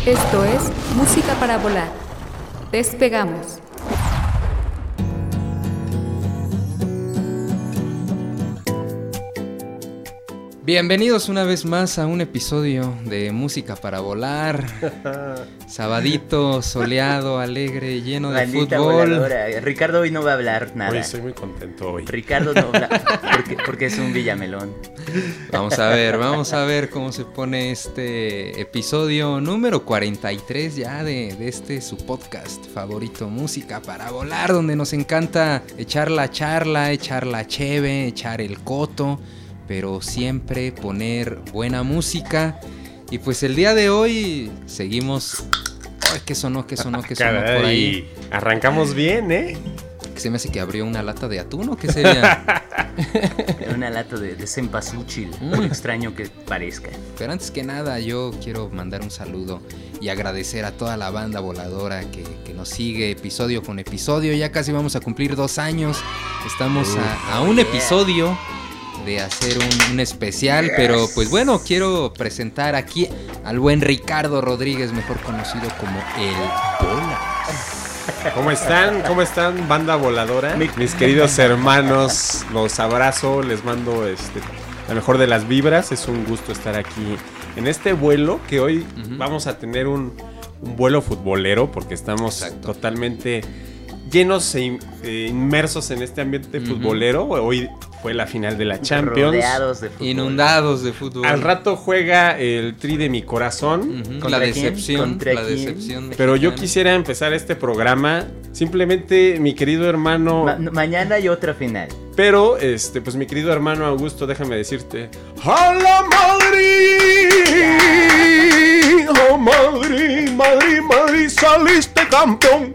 Esto es Música para Volar. Despegamos. Bienvenidos una vez más a un episodio de Música para Volar. Sabadito, soleado, alegre, lleno de Maldita fútbol. Voladora. Ricardo hoy no va a hablar nada. Hoy estoy muy contento hoy. Ricardo no habla porque es un villamelón. Vamos a ver cómo se pone este episodio número 43 ya de este su podcast favorito, Música para Volar, donde nos encanta echar la charla, echar la cheve, echar el coto, pero siempre poner buena música. Y pues el día de hoy seguimos... Ay, ¿qué sonó Caray, por ahí? Arrancamos bien, ¿eh? Que se me hace que abrió una lata de atún, ¿o qué sería? Una lata de cempasúchil, por extraño que parezca. Pero antes que nada yo quiero mandar un saludo y agradecer a toda la banda voladora que nos sigue episodio con episodio. Ya casi vamos a cumplir 2 años. Estamos a un episodio de hacer un especial, pero pues bueno, quiero presentar aquí al buen Ricardo Rodríguez, mejor conocido como El Bola. ¿Cómo están, banda voladora? Mis queridos hermanos, los abrazo, les mando la mejor de las vibras. Es un gusto estar aquí en este vuelo, que hoy vamos a tener un vuelo futbolero, porque estamos totalmente llenos e inmersos en este ambiente futbolero. Hoy fue la final de la Champions. Rodeados de fútbol. Inundados de fútbol. Al rato juega el Tri de mi corazón. La decepción. Pero yo mexicana. quisiera empezar este programa simplemente, mi querido hermano. Mañana hay otra final. Pero, pues mi querido hermano Augusto, déjame decirte. ¡A la Madrid! ¡Oh, Madrid, Madrid, Madrid! ¡Saliste campeón!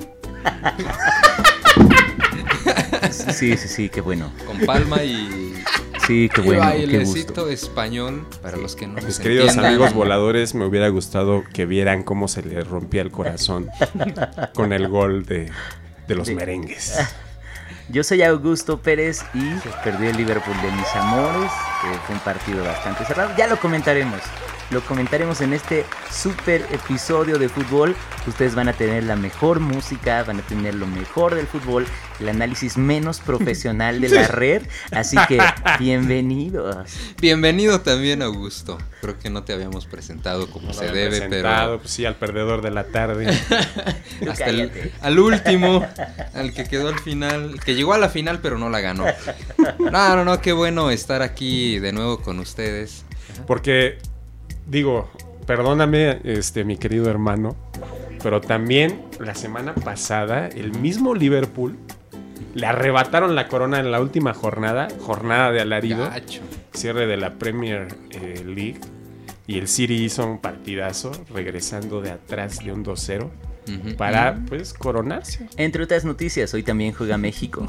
Sí, qué bueno. Con palma y... Sí, qué bueno, qué bailecito gusto. español para los que no Mis se queridos entiendan. amigos voladores, me hubiera gustado que vieran cómo se les rompía el corazón con el gol de los merengues. Yo soy Augusto Pérez y perdí el Liverpool de mis amores. Fue un partido bastante cerrado. Ya lo comentaremos. Lo comentaremos en este super episodio de fútbol. Ustedes van a tener la mejor música, van a tener lo mejor del fútbol, el análisis menos profesional de la red. Así que bienvenidos. Bienvenido también, Augusto. Creo que no te habíamos presentado como se debe, pero... Pues sí, al perdedor de la tarde. Hasta al último, al que quedó al final, que llegó a la final pero no la ganó. No, qué bueno estar aquí de nuevo con ustedes. Porque... digo, perdóname, mi querido hermano, pero también la semana pasada el mismo Liverpool le arrebataron la corona en la última jornada de alarido, Gacho. cierre de la Premier League, y el City hizo un partidazo regresando de atrás de un 2-0 para, pues, coronarse. Entre otras noticias, hoy también juega México.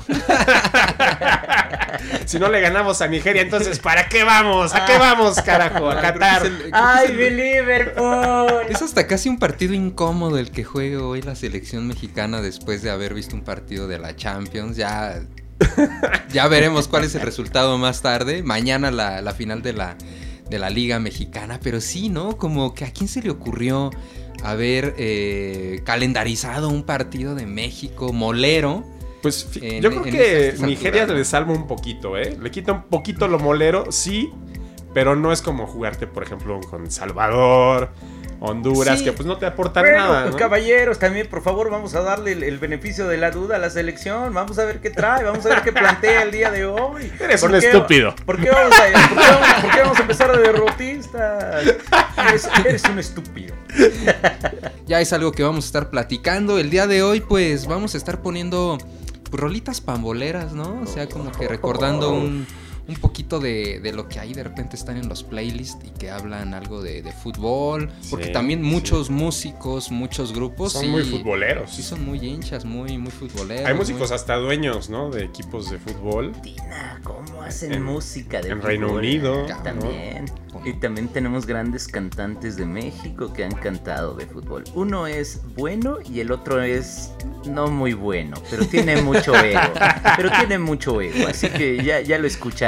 Si no le ganamos a Nigeria, entonces ¿para qué vamos? ¿A qué vamos, carajo? A Qatar. ¡Ay, mi Liverpool! Es hasta casi un partido incómodo el que juega hoy la selección mexicana después de haber visto un partido de la Champions. Ya veremos cuál es el resultado más tarde. Mañana la final de la Liga Mexicana. Pero sí, ¿no? Como que a quién se le ocurrió haber calendarizado un partido de México molero. Pues yo creo que Nigeria le salva un poquito, ¿eh? Le quita un poquito lo molero, sí, pero no es como jugarte, por ejemplo, con Salvador, Honduras, sí, que pues no te aportan nada, pues, ¿no? Caballeros, también, por favor, vamos a darle el beneficio de la duda a la selección. Vamos a ver qué trae, vamos a ver qué plantea el día de hoy. Eres un estúpido. ¿Por qué vamos a empezar de derrotistas? Eres un estúpido. Ya es algo que vamos a estar platicando. El día de hoy, pues, vamos a estar poniendo... pues rolitas pamboleras, ¿no? O sea, como que recordando un poquito de lo que ahí de repente están en los playlists y que hablan algo de fútbol. Porque también muchos músicos, muchos grupos son muy futboleros. Sí, son muy hinchas, muy futboleros. Hay músicos hasta dueños, ¿no? De equipos de fútbol. ¿Cómo hacen música de en fútbol? Reino Unido. También. ¿No? Y también tenemos grandes cantantes de México que han cantado de fútbol. Uno es bueno y el otro es no muy bueno, pero tiene mucho ego. Así que ya lo escucharán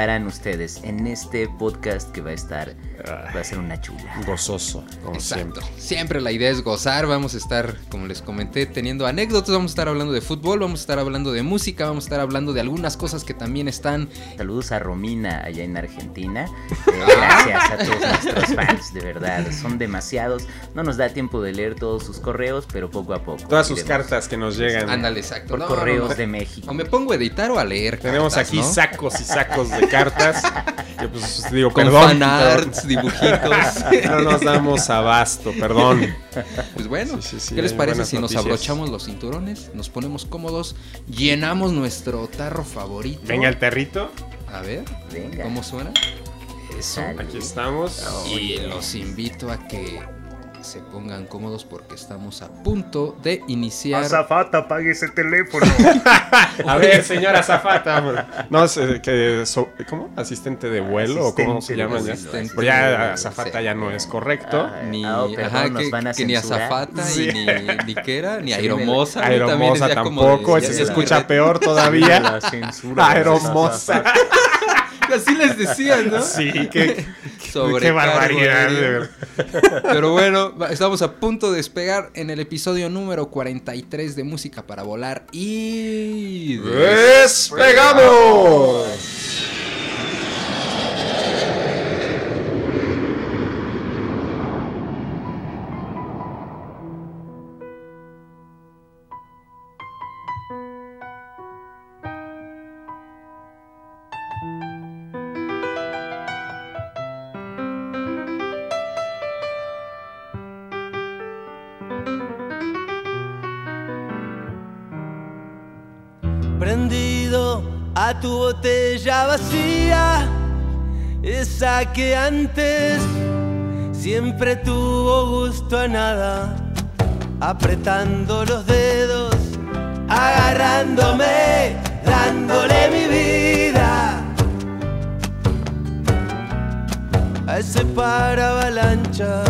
disfrutarán ustedes en este podcast que va a ser una chula. Gozoso, como Exacto. Siempre la idea es gozar. Vamos a estar, como les comenté, teniendo anécdotas. Vamos a estar hablando de fútbol, vamos a estar hablando de música, vamos a estar hablando de algunas cosas que también están. Saludos a Romina allá en Argentina. Gracias a todos nuestros fans, de verdad. Son demasiados. No nos da tiempo de leer todos sus correos, pero poco a poco. Todas sus cartas que nos llegan. Ándale, exacto. Por correos de México. O me pongo a editar o a leer. Tenemos cartas, aquí ¿no? sacos y sacos de cartas. Que pues digo, Con perdón. fanarts, dibujitos. No nos damos abasto, perdón. Pues bueno, Sí, ¿qué les hay parece buenas si nos noticias. abrochamos los cinturones, nos ponemos cómodos, llenamos nuestro tarro favorito? Venga el territo. A ver, Venga. ¿cómo suena? Eso. Dale. Aquí estamos. Y los invito a que se pongan cómodos porque estamos a punto de iniciar. Azafata, apague ese teléfono. A ver, señora Zafata. No sé, ¿cómo? ¿Asistente de vuelo o cómo se llama ya? Asistente Pues ya de vuelo, Zafata sí. ya no es correcto. Ni, perdón, nos van a que ni censurar. Azafata Sí. y ni qué era, ni Sí, Aeromosa. Aeromosa también es ya como de- tampoco, ya ese se es escucha carrete. peor todavía. La censura. Aeromosa. Así les decían, ¿no? Sí, qué Sobrecargo barbaridad. aéreo. De verdad. Pero bueno, estamos a punto de despegar en el episodio número 43 de Música para Volar y... ¡Despegamos! Prendido a tu botella vacía, esa que antes siempre tuvo gusto a nada, apretando los dedos, agarrándome, dándole mi vida a ese paravalanchas.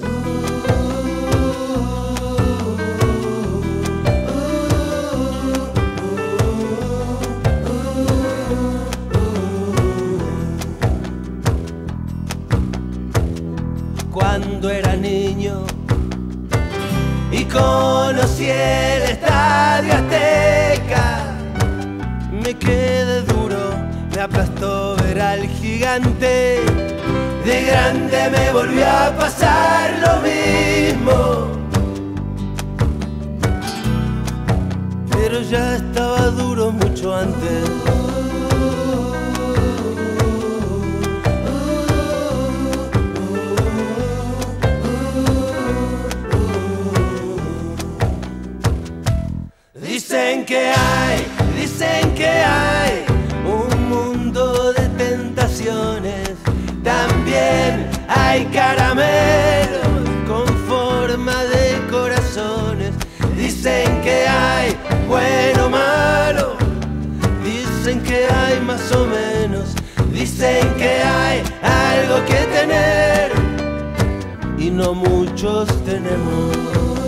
Cuando era niño y conocí el Estadio Azteca, me quedé duro, me aplastó ver al gigante. De grande me volvió a pasar lo mismo, pero ya estaba duro mucho antes. Dicen que hay un mundo de tentaciones, también hay caramelos con forma de corazones. Dicen que hay bueno o malo, dicen que hay más o menos, dicen que hay algo que tener y no muchos tenemos.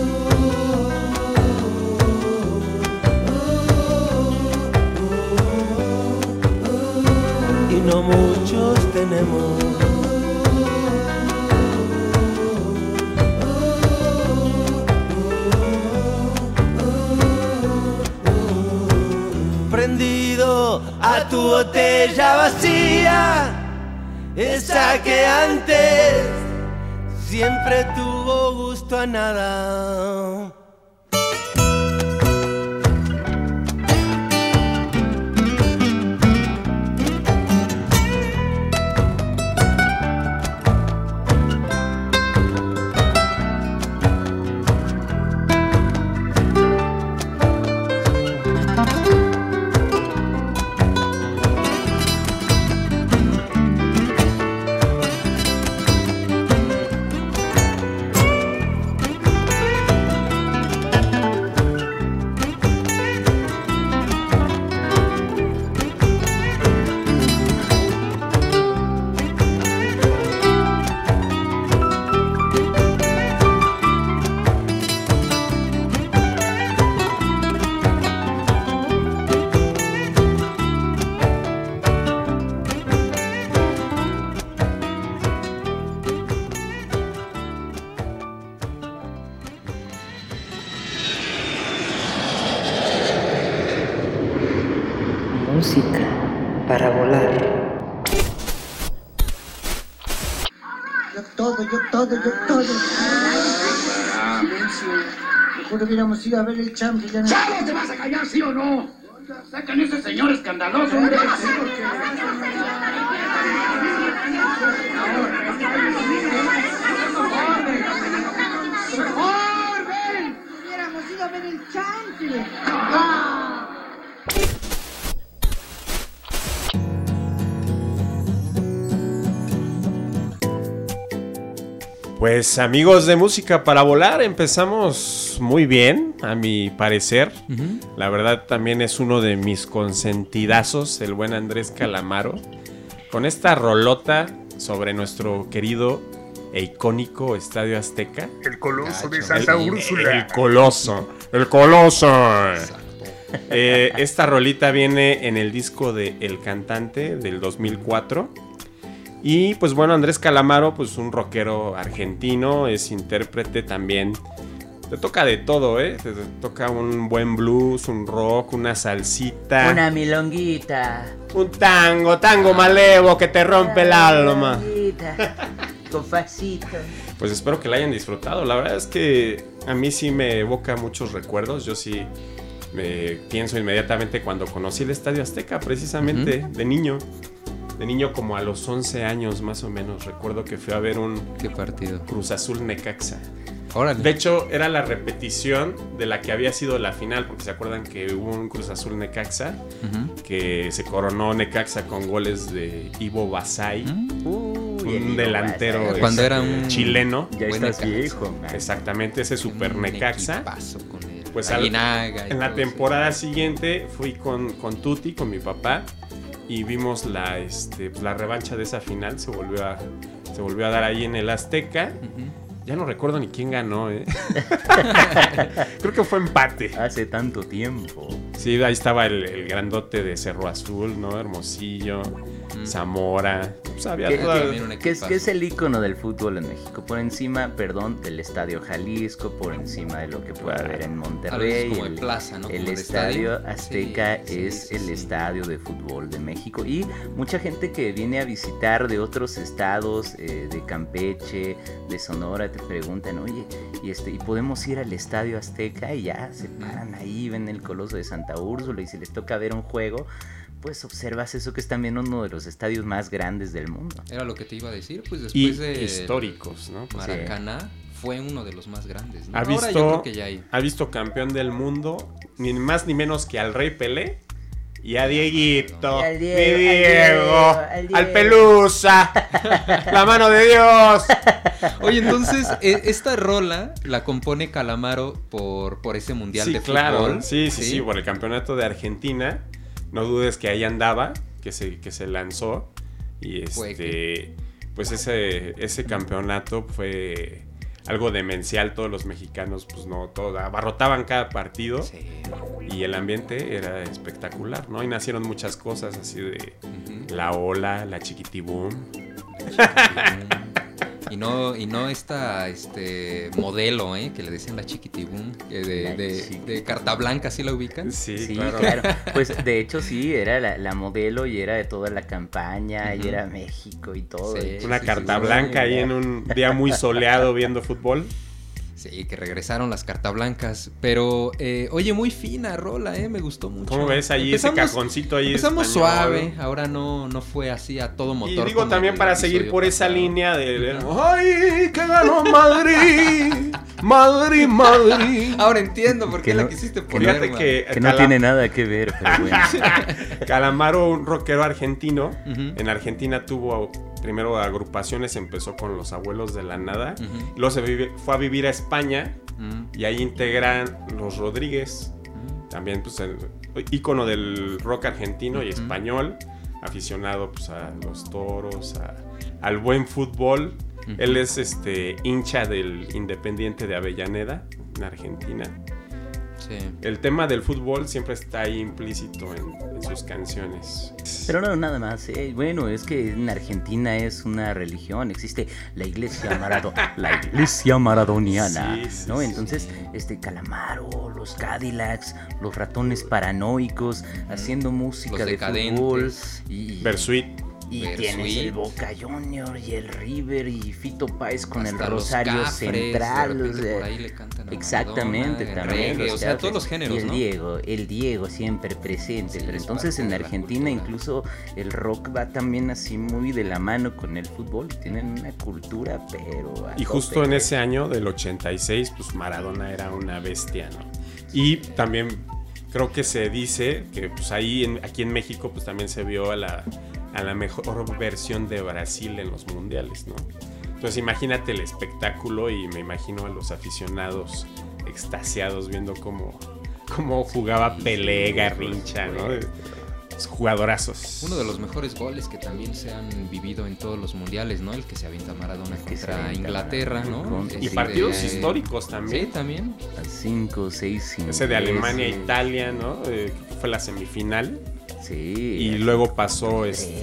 No muchos tenemos. Prendido a tu botella vacía, esa que antes siempre tuvo gusto a nada. música para volar. Yo todo. Silencio. Mejor hubiéramos ido a ver el champ que ya no... ¡Chavo, te vas a callar, sí o no! ¡Sacan ese señor escandaloso, hombre! ¡Orden! Hubiéramos ido a ver el champ. Pues amigos de Música para Volar, empezamos muy bien, a mi parecer. La verdad también es uno de mis consentidazos, el buen Andrés Calamaro, con esta rolota sobre nuestro querido e icónico Estadio Azteca. El coloso de Santa Úrsula. El coloso. Esta rolita viene en el disco de El Cantante del 2004. Y pues bueno, Andrés Calamaro, pues un rockero argentino, es intérprete también. Te toca de todo, te toca un buen blues, un rock, una salsita, Una milonguita. un tango malevo que te rompe el alma. Con facito. Pues espero que la hayan disfrutado. La verdad es que a mí sí me evoca muchos recuerdos. Yo sí me pienso inmediatamente cuando conocí el Estadio Azteca, precisamente de niño. De niño como a los 11 años más o menos. Recuerdo que fui a ver un ¿Qué partido? Cruz Azul Necaxa. Órale. De hecho, era la repetición de la que había sido la final, porque se acuerdan que hubo un Cruz Azul Necaxa, que se coronó Necaxa con goles de Ivo Basay, un delantero Cuando era un chileno. Ya buen estás Necaxa. viejo, man. Exactamente, ese super Necaxa. Equipazo con él. Pues Aguinaga y en la todo temporada siguiente fui con Tuti, con mi papá, y vimos la revancha de esa final. Se volvió a dar ahí en el Azteca. Ya no recuerdo ni quién ganó, Creo que fue empate. Hace tanto tiempo. Sí, ahí estaba el grandote de Cerro Azul, ¿no? Hermosillo, Zamora. Pues había ¿Qué es el ícono del fútbol en México? Por encima, del Estadio Jalisco, por encima de lo que puede haber en Monterrey. Como de plaza, ¿no? El Como de Estadio estadio. Azteca Sí, es el estadio de fútbol de México. Y mucha gente que viene a visitar de otros estados, de Campeche, de Sonora, te preguntan, oye, ¿y podemos ir al Estadio Azteca? Y ya se paran ahí, ven el Coloso de Santa Úrsula, y si les toca ver un juego, pues observas eso, que es también uno de los estadios más grandes del mundo. Era lo que te iba a decir, pues y después de históricos, ¿no? Maracaná fue uno de los más grandes, ¿no? ¿Ha Ahora yo creo que ya hay. visto campeón del mundo ni más ni menos que al Rey Pelé y a Dieguito, Y al mi Diego, al Diego. al Pelusa, la mano de Dios. Oye, entonces, esta rola la compone Calamaro por ese mundial Sí, de claro. fútbol. Sí, por el campeonato de Argentina. No dudes que ahí andaba, que se lanzó. Y pues ese campeonato fue algo demencial. Todos los mexicanos, pues no, abarrotaban cada partido. Sí. Y el ambiente era espectacular, ¿no? Y nacieron muchas cosas así de la ola, la chiquitibum. Y no esta modelo, que le decían la chiquitibum, de Carta Blanca, ¿sí la ubican? Sí, claro. Pues de hecho sí, era la modelo y era de toda la campaña y era México y todo. Sí. Una carta blanca ahí en un día muy soleado viendo fútbol. Sí, que regresaron las Carta Blancas. Pero, oye, muy fina rola, me gustó mucho. ¿Cómo ves ahí ese cajoncito ahí? Empezamos español? Suave, ahora no fue así a todo motor. Y digo también para seguir por esa línea de... ¡Ay, que ganó Madrid! Madrid. Ahora entiendo por qué Que la no- quisiste que poner. Fíjate que no tiene nada que ver, pero bueno. Calamaro, un rockero argentino. Ujú. En Argentina tuvo primero agrupaciones, empezó con Los Abuelos de la Nada. Ujú. Luego fue a vivir a España Mm. y ahí integran Los Rodríguez. También pues el ícono del rock argentino y español. Aficionado pues a los toros, al buen fútbol. Él es hincha del Independiente de Avellaneda, en Argentina. Sí. el tema del fútbol siempre está ahí implícito en sus canciones. Pero no, nada más. Bueno, es que en Argentina es una religión, existe la iglesia maradoniana, Sí, ¿no? sí, Entonces, Calamaro, los Cadillacs, los ratones paranoicos, haciendo música de fútbol y Bersuit. Y Bersuit. tienes el Boca Junior y el River y Fito Páez con Hasta el los Rosario Cafres, Central. de repente o sea, por ahí le cantan a exactamente, Maradona, también. reggae, los o sea, Cafres. todos los géneros, y ¿no? El Diego siempre presente. Sí, Pero es entonces parte en de la Argentina cultura. incluso el rock va también así muy de la mano con el fútbol. Tienen una cultura, pero a Y justo tope. en ese año del 86, pues Maradona era una bestia, ¿no? Y también creo que se dice que pues aquí en México pues también se vio a la mejor versión de Brasil en los mundiales, ¿no? Entonces imagínate el espectáculo y me imagino a los aficionados extasiados viendo cómo jugaba Pelé, Garrincha, ¿no? Jugadorazos. Uno de los mejores goles que también se han vivido en todos los mundiales, ¿no? El que se avienta Maradona que se contra avienta Inglaterra, ¿no? Y partidos históricos Sí, también. también. 5, 6, 5. Ese de Alemania-Italia, ¿no? Que fue la semifinal. Sí. Y luego pasó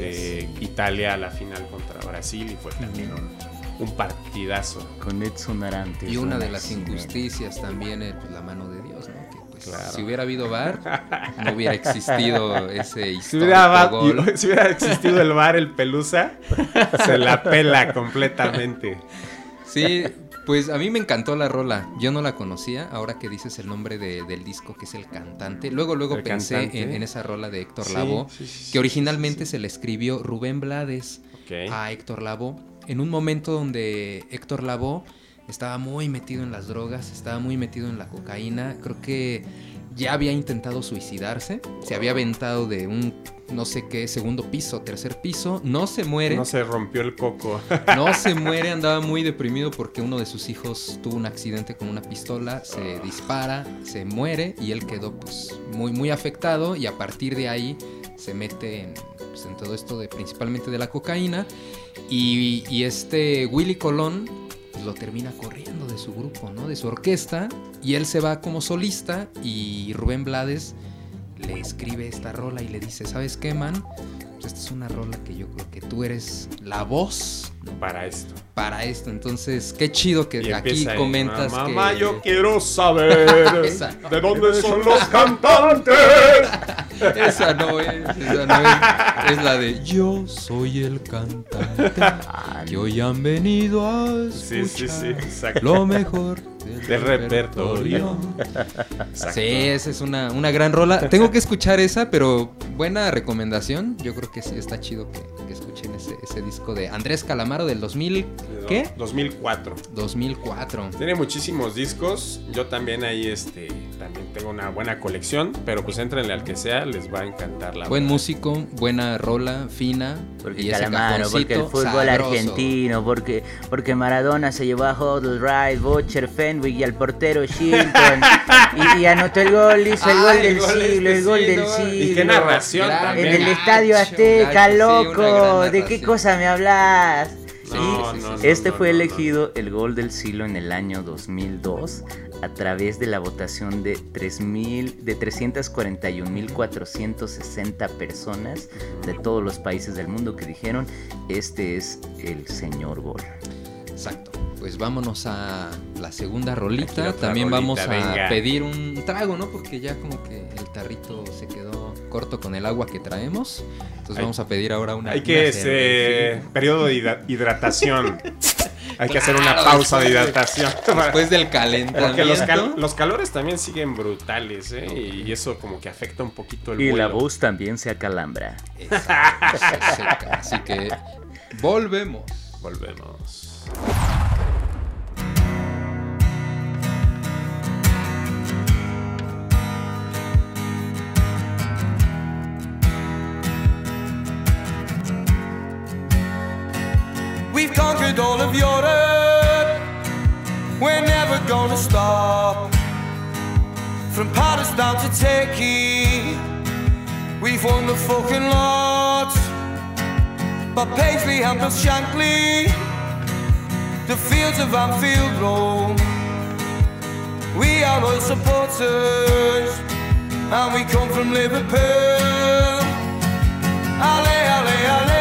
Italia a la final contra Brasil y fue también un partidazo. Con Edson Arantes. Y una de Max las Zimmer. injusticias también es pues, la mano de Dios, ¿no? Que pues, Claro. si hubiera habido VAR, no hubiera existido ese Si histórico gol. hubiera existido el VAR, el Pelusa, se la pela completamente. Sí, pues a mí me encantó la rola. Yo no la conocía. Ahora que dices el nombre del disco, que es El Cantante. Luego El pensé Cantante. en esa rola de Héctor Sí, Lavoe, sí, que originalmente se le escribió Rubén Blades Ok. a Héctor Lavoe. En un momento donde Héctor Lavoe estaba muy metido en las drogas, estaba muy metido en la cocaína. Creo que ya había intentado suicidarse. Se había aventado de un, no sé qué, segundo piso, tercer piso. No se muere. No se rompió el coco. No se muere, andaba muy deprimido porque uno de sus hijos tuvo un accidente con una pistola, se dispara, se muere y él quedó pues muy, muy afectado y a partir de ahí se mete en todo esto de principalmente de la cocaína y Willy Colón pues, lo termina corriendo de su grupo, ¿no? De su orquesta y él se va como solista y Rubén Blades le escribe esta rola y le dice, ¿sabes qué, man? Pues esta es una rola que yo creo que tú eres la voz, ¿no? Para esto. Para esto. Entonces, qué chido que Y aquí empieza ahí, comentas mamá, que... yo quiero saber Esa. de dónde son los cantantes. Esa no es. Es la de Yo soy el cantante que hoy han venido a escuchar Sí, exacto. lo mejor Del repertorio. Exacto. Sí, esa es una gran rola. Tengo que escuchar esa, pero buena recomendación. Yo creo que sí está chido que escuchen ese disco de Andrés Calamaro del 2000. ¿Qué? 2004. 2004. Tiene muchísimos discos. Yo también ahí también tengo una buena colección, pero pues entrenle al que sea, les va a encantar la Buen verdad. músico, buena rola, fina. Porque y ese Calamaro, porque el cajoncito fútbol sabroso. argentino, porque Maradona se llevó a Huddle, Wright, Butcher, Fenwick y al portero Shilton y anotó el gol, hizo el gol del siglo, el gol del siglo. Y qué narración Gran también. En el gacho, Estadio Azteca, gacho, sí, loco, una gran ¿de qué narración. cosa me hablas? No, Sí, no, este no, fue no, no. elegido el gol del siglo en el año 2002 a través de la votación de 341.460 personas de todos los países del mundo que dijeron, este es el señor gol. Exacto. Pues vámonos a la segunda rolita. Aquí otra También rolita, vamos a venga. pedir un trago, ¿no? Porque ya como que el tarrito se quedó corto con el agua que traemos. Entonces vamos a pedir ahora una. Hay que cervecita. periodo de hidratación. Hay que hacer una pausa de hidratación. Después del Porque calentamiento. los calores también siguen brutales, ¿eh? Y eso como que afecta un poquito el Y vuelo. la voz también se acalambra. Exacto, se seca. Así que volvemos. Volvemos. We've conquered all of Europe. We're never gonna stop. From Palestine to Turkey, we've won the fucking lot. But Paisley and Shankly, the fields of Anfield Road. We are all supporters, and we come from Liverpool. Ale, ale, ale.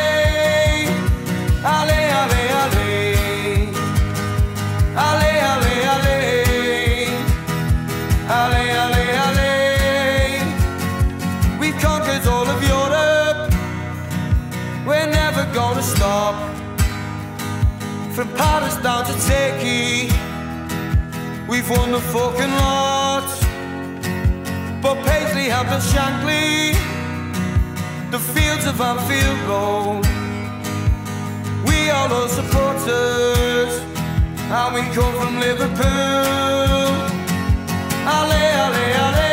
Ale, ale, ale. Ale, ale, ale. Ale, ale, ale. We've conquered all of Europe. We're never gonna stop. From Paris down to Turkey, we've won the fucking lot. But Paisley, Hampton, Shankly, the fields of Anfield Road. We are all supporters, and we come from Liverpool. Ale, ale, ale.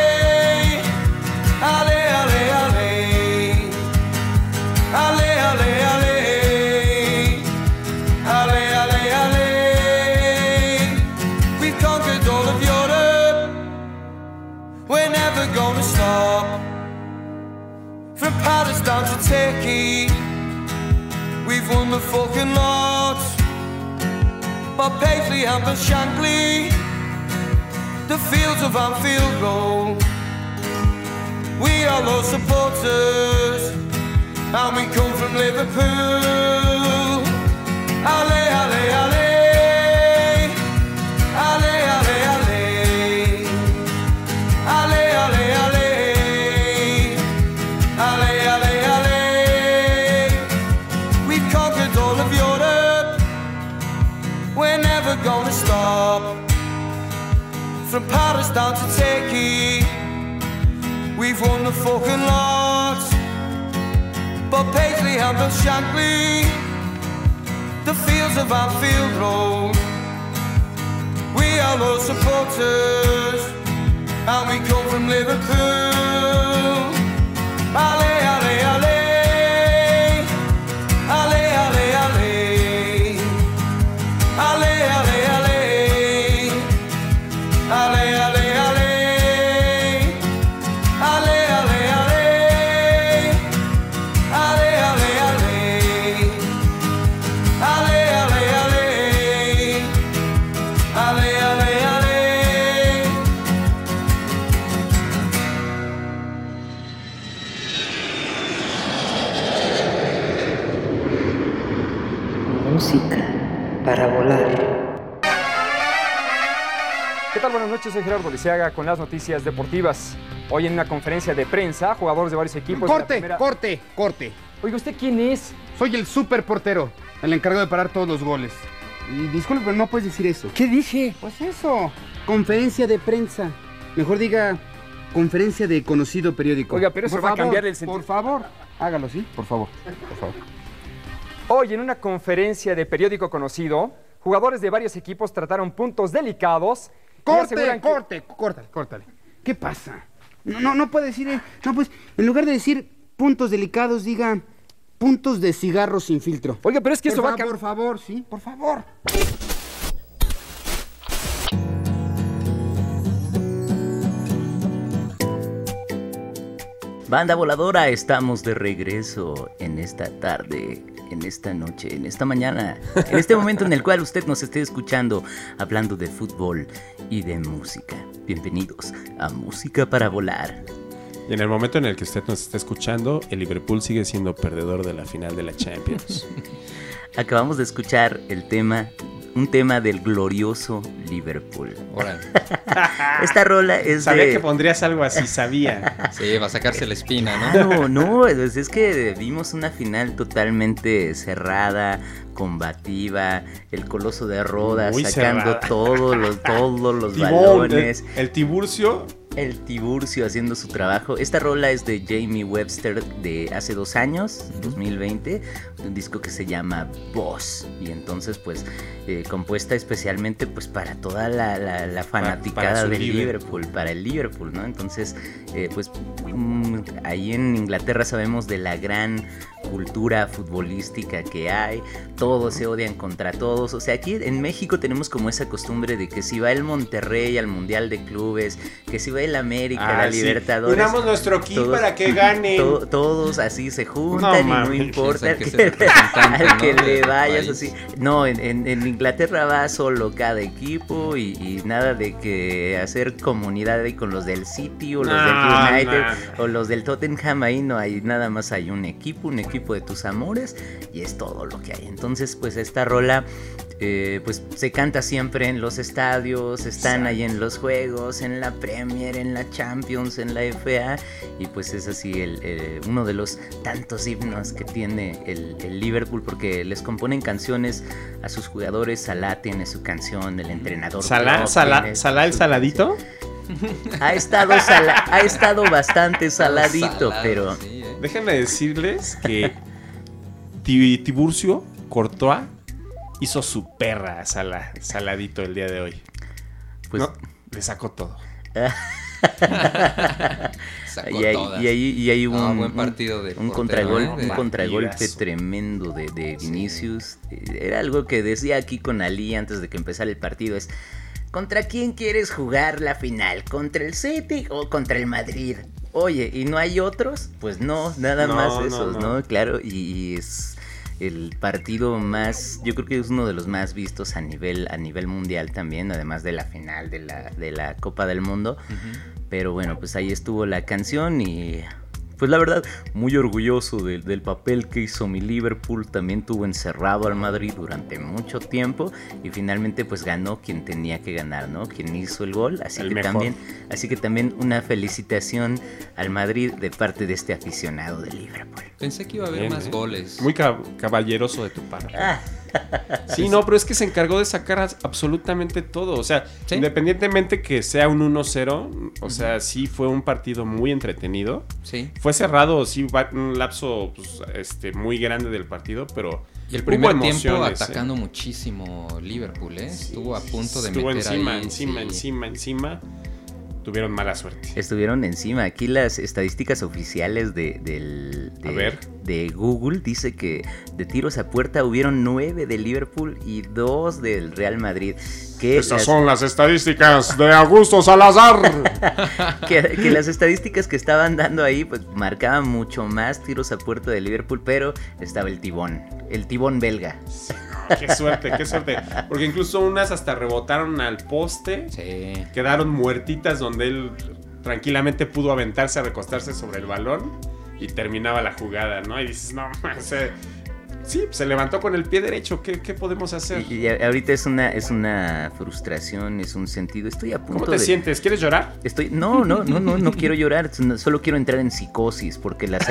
Ale, ale, ale. Ale, ale, ale. Ale, ale, ale. We've conquered all of Europe. We're never gonna stop. From Paris down to Turkey, we've won the fucking lot. But Paisley, Hampton, Shankly, the fields of Anfield Road. We are all supporters, and we come from Liverpool. Ale, ale, ale. Ale, ale, ale. Ale, ale, ale. Ale, ale, ale. We've conquered all of Europe. We're never gonna stop. From Paris down to Turkey, we've won the fucking lot. But Paisley, Hampton, Shankly, the fields of Anfield Road. We are all supporters, and we come from Liverpool. Ale, ale, ale. Ale, ale, ale. Ale, ale, ale. Ale, ale, ale. Ale, ale, ale. Ale, ale, ale. Ale, ale, ale. Ale, ale, ale. Música para volar. ¿Qué tal? Buenas noches, soy Gerardo Liceaga con las noticias deportivas. Hoy en una conferencia de prensa, jugadores de varios equipos... Corte. Oiga, ¿usted quién es? Soy el super portero, el encargado de parar todos los goles. Y disculpe, pero no puedes decir eso. ¿Qué dije? Pues eso, conferencia de prensa. Mejor diga conferencia de conocido periódico. Oiga, pero eso va a cambiar el sentido. Por favor, hágalo, ¿sí? Por favor. Hoy en una conferencia de periódico conocido, jugadores de varios equipos trataron puntos delicados... Córtale. ¿Qué pasa? No puede decir... No, pues, en lugar de decir puntos delicados, diga puntos de cigarro sin filtro. Oiga, pero es que eso va a cambiar... Por favor, sí, por favor. Banda voladora, estamos de regreso en esta tarde, en esta noche, en esta mañana, en este momento en el cual usted nos esté escuchando hablando de fútbol y de música. Bienvenidos a Música para Volar. Y en el momento en el que usted nos esté escuchando, el Liverpool sigue siendo perdedor de la final de la Champions. Acabamos de escuchar un tema del glorioso Liverpool. Órale. Esta rola es Sabía que pondrías algo así, sabía. Sí, va a sacarse la espina, ¿no? Claro, no, es que vimos una final totalmente cerrada, combativa, el Coloso de Rodas muy sacando cerrada. todos los balones. El Tiburcio. El Tiburcio haciendo su trabajo. Esta rola es de Jamie Webster de hace 2 años, 2020, un disco que se llama Boss. Y entonces pues compuesta especialmente pues para toda la fanaticada del Liverpool, para el Liverpool, ¿no? Entonces pues ahí en Inglaterra sabemos de la gran cultura futbolística que hay, todos se odian contra todos. O sea, aquí en México tenemos como esa costumbre de que si va el Monterrey al Mundial de Clubes, que si va el América a la Libertadores, unamos nuestro ki para que ganen. Todos así se juntan, no, y no importa al que ¿no? le vayas así. No, en Inglaterra va solo cada equipo y nada de que hacer comunidad ahí con los del City o los del United o los del Tottenham. Ahí no hay, nada más hay un equipo de tus amores y es todo lo que hay. Entonces pues esta rola pues se canta siempre en los estadios, están ahí en los juegos, en la Premier, en la Champions, en la FA, y pues es así uno de los tantos himnos que tiene el Liverpool, porque les componen canciones a sus jugadores. Salah tiene su canción, el entrenador Salah el saladito. Ha estado bastante saladito, pero sí, déjenme decirles que Tiburcio Courtois hizo su perra saladito el día de hoy. Pues no, le sacó todo. Y ahí hubo buen partido de un contragolpe tremendo de Vinicius. Era algo que decía aquí con Ali antes de que empezara el partido, es: ¿contra quién quieres jugar la final? ¿Contra el City o contra el Madrid? Oye, ¿y no hay otros? Pues no, nada más esos, ¿no? Claro, y es el partido más, yo creo que es uno de los más vistos a nivel mundial también, además de la final de la Copa del Mundo. Pero bueno, pues ahí estuvo la canción y pues la verdad, muy orgulloso del papel que hizo mi Liverpool. También tuvo encerrado al Madrid durante mucho tiempo y finalmente pues ganó quien tenía que ganar, ¿no? Quien hizo el gol. Así que también una felicitación al Madrid de parte de este aficionado de Liverpool. Pensé que iba a haber más goles. Muy caballeroso de tu parte. Sí, no, pero es que se encargó de sacar absolutamente todo. O sea, ¿sí? Independientemente que sea un 1-0, o sea, sí fue un partido muy entretenido. Sí. Fue cerrado, sí, un lapso pues, muy grande del partido, pero y el primer tiempo atacando muchísimo Liverpool, ¿eh? Sí, estuvo a punto de meter encima. Tuvieron mala suerte. Estuvieron encima. Aquí las estadísticas oficiales de Google dice que de tiros a puerta hubieron 9 de Liverpool y 2 del Real Madrid. Estas son las estadísticas de Augusto Salazar. que las estadísticas que estaban dando ahí pues marcaban mucho más tiros a puerta de Liverpool, pero estaba el tibón belga. Qué suerte. Porque incluso unas hasta rebotaron al poste. Sí. Quedaron muertitas donde él tranquilamente pudo aventarse a recostarse sobre el balón y terminaba la jugada, ¿no? Y dices, no, sí, se levantó con el pie derecho. ¿Qué podemos hacer? Y ahorita es una frustración, es un sentido. Estoy a punto ¿Cómo te sientes? ¿Quieres llorar? No quiero llorar. Solo quiero entrar en psicosis porque la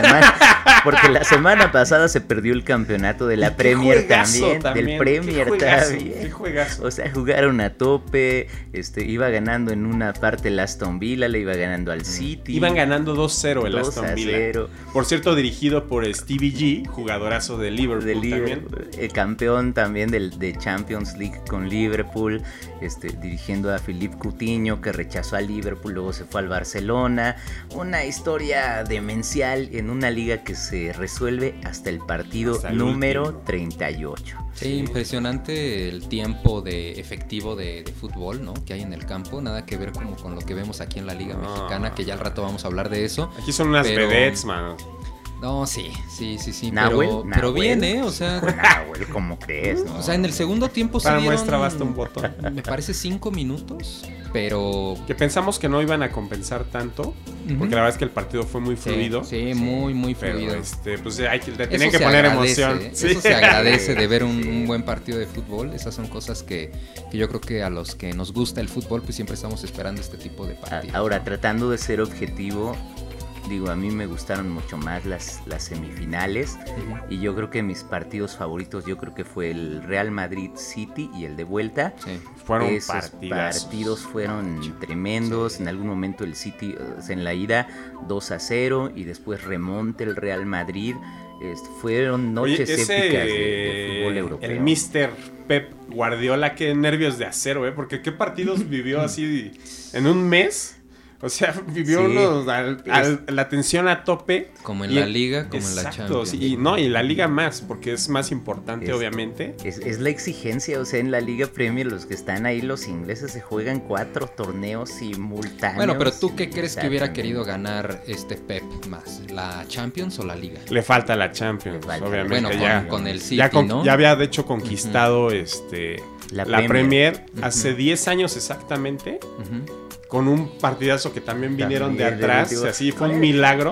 semana pasada se perdió el campeonato de la Premier también. Del Premier también. Qué juegazo. O sea, jugaron a tope. Iba ganando en una parte el Aston Villa, le iba ganando al City. Iban ganando 2-0 el Aston Villa. Por cierto, dirigido por Stevie G, jugadorazo de Liverpool. El campeón también de Champions League con Liverpool, dirigiendo a Philippe Coutinho, que rechazó a Liverpool, luego se fue al Barcelona. Una historia demencial en una liga que se resuelve hasta el partido número 38. Sí, impresionante el tiempo efectivo de fútbol, ¿no? Que hay en el campo, nada que ver como con lo que vemos aquí en la Liga Mexicana, que ya al rato vamos a hablar de eso. Aquí son unas vedettes, mano. No, sí. Nahuel, pero bien, ¿eh? O sea... Nahuel, ¿cómo crees? No? O sea, en el segundo tiempo para muestra basta un botón. Me parece 5 minutos, pero... Que pensamos que no iban a compensar tanto, porque la verdad es que el partido fue muy fluido. Sí, muy fluido. Pero, pues tenían que poner emoción. Eso se agradece de ver un buen partido de fútbol. Esas son cosas que yo creo que a los que nos gusta el fútbol, pues siempre estamos esperando este tipo de partidos. Ahora, tratando de ser objetivo... Digo, a mí me gustaron mucho más las semifinales y yo creo que mis partidos favoritos, yo creo que fue el Real Madrid City y el de vuelta. Sí, fueron Esos partidos fueron tremendos. Sí. En algún momento el City en la ida 2-0 y después remonta el Real Madrid. Fueron noches épicas de fútbol europeo. El Mr. Pep Guardiola, qué nervios de acero, porque qué partidos vivió así en un mes. O sea, vivió la tensión a tope. Como en la Liga, como en la Champions. Y la Liga más, porque es más importante, obviamente. Es la exigencia, o sea, en la Liga Premier, los que están ahí, los ingleses, se juegan 4 torneos simultáneos. Bueno, pero ¿tú qué crees que hubiera querido ganar Pep más? ¿La Champions o la Liga? Le falta la Champions, obviamente. Bueno, ya, con el City, ¿no? Ya había, de hecho, conquistado la Premier hace 10 años exactamente. Con un partidazo que también vinieron de atrás. Así fue un milagro.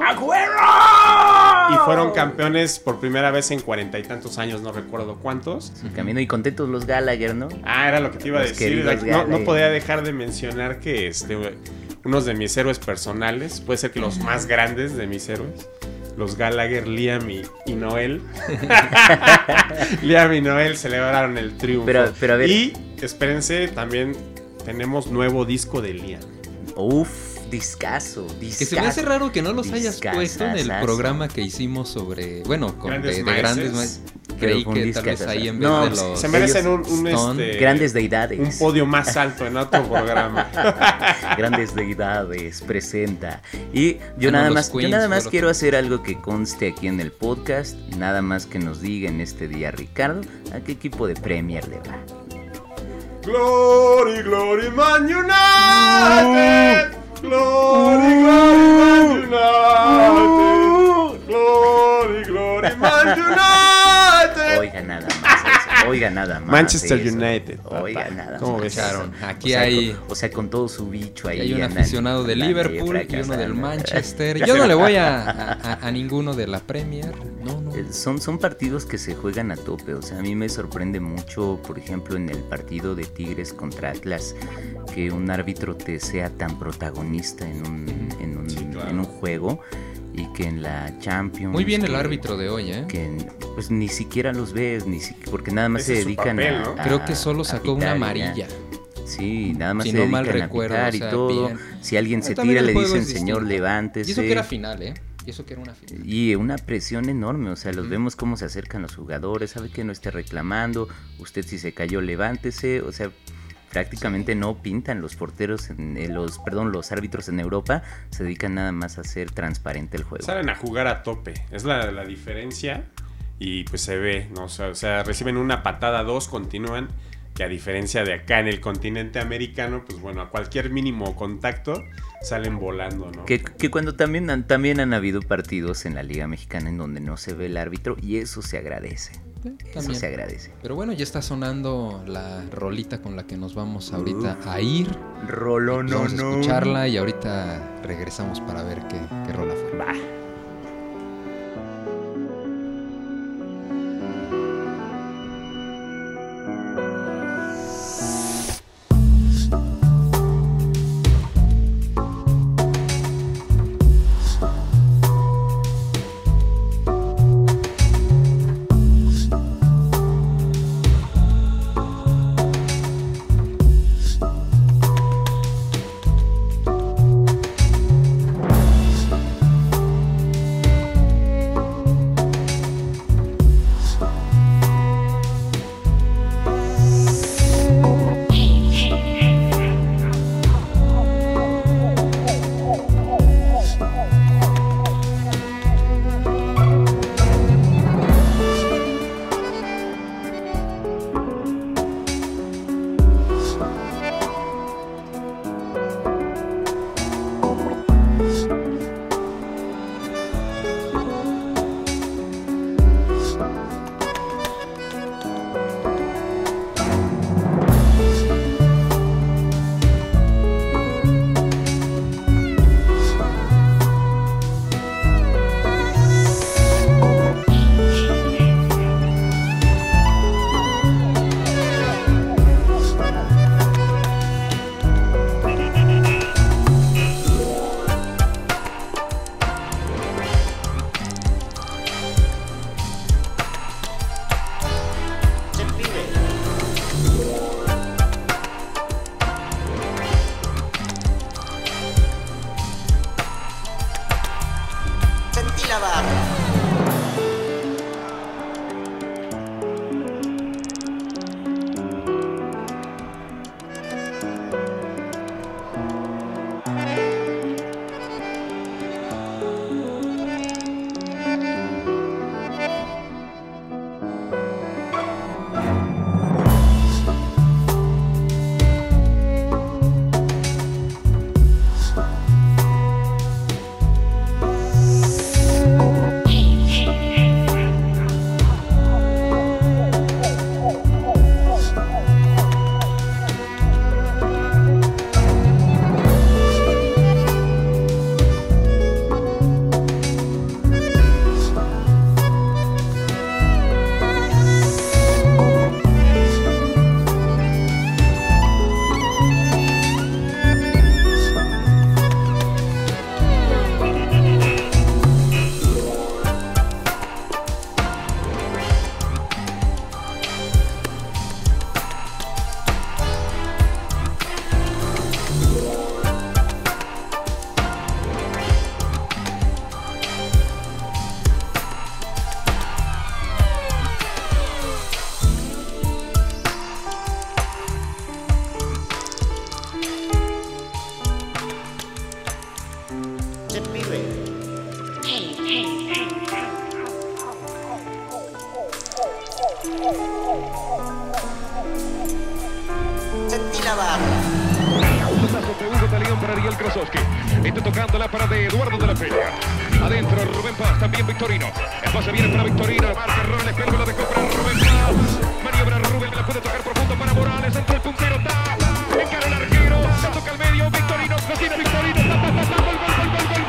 Y fueron campeones por primera vez en 40 y tantos años, no recuerdo cuántos. Camino y contentos los Gallagher, ¿no? Era lo que te iba a decir. No podía dejar de mencionar que unos de mis héroes personales, puede ser que los más grandes de mis héroes, los Gallagher, Liam y Noel. Liam y Noel celebraron el triunfo. Pero a ver. Y espérense, también tenemos nuevo disco de Liam. Discazo. Que se me hace raro que no los hayas puesto en el programa que hicimos sobre, bueno, de grandes maestros. Creí que tal vez ahí en vez de los... Se merecen grandes deidades. Un podio más alto en otro programa. Grandes deidades presenta. Y yo nada más quiero hacer algo que conste aquí en el podcast. Nada más que nos diga en este día, Ricardo, ¿a qué equipo de Premier le va? Glory, glory, Man United. Glory, glory, Man United. Glory, glory, Man United. Oiga nada más. Manchester United. Oiga nada más. ¿Cómo echaron? Aquí hay... con todo su bicho ahí. Hay un aficionado de Liverpool y uno del Manchester. Yo no le voy a ninguno de la Premier. No. Son partidos que se juegan a tope. O sea, a mí me sorprende mucho, por ejemplo, en el partido de Tigres contra Atlas, que un árbitro te sea tan protagonista en un juego. Y que en la Champions... Muy bien el árbitro de hoy, ¿eh? Que pues ni siquiera los ves, porque nada más se dedican a... Creo que solo sacó una amarilla. Sí, nada más se dedican a pitar y todo. Bien. Si alguien se tira, le dicen, señor, levántese. Y eso que era final, ¿eh? Y eso que era una final. Y una presión enorme, o sea, los vemos cómo se acercan los jugadores, sabe que no esté reclamando, usted si se cayó, levántese, o sea... Prácticamente no pintan los porteros, los árbitros en Europa se dedican nada más a hacer transparente el juego. Salen a jugar a tope, es la diferencia y pues se ve, ¿no? O sea, reciben una patada, 2, continúan, que a diferencia de acá en el continente americano, pues bueno, a cualquier mínimo contacto salen volando, ¿no? Que cuando también han habido partidos en la Liga Mexicana en donde no se ve el árbitro y eso se agradece. Eso se agradece. Pero bueno, ya está sonando la rolita con la que nos vamos ahorita a ir. Vamos a escucharla y ahorita regresamos para ver qué rola fue. Va. De Hugo Talión para Ariel Krasowski. Está tocando la parada de Eduardo de la Peña. Adentro Rubén Paz, también Victorino. El pase viene para Victorino. Marca Robles, pelo la dejó para Rubén Paz. Maniobra Rubén, la puede tocar profundo para Morales. Entra el puntero, encara el arquero. Se toca al medio, Victorino, cocina Victorino. Gol, gol, gol, gol, gol, gol.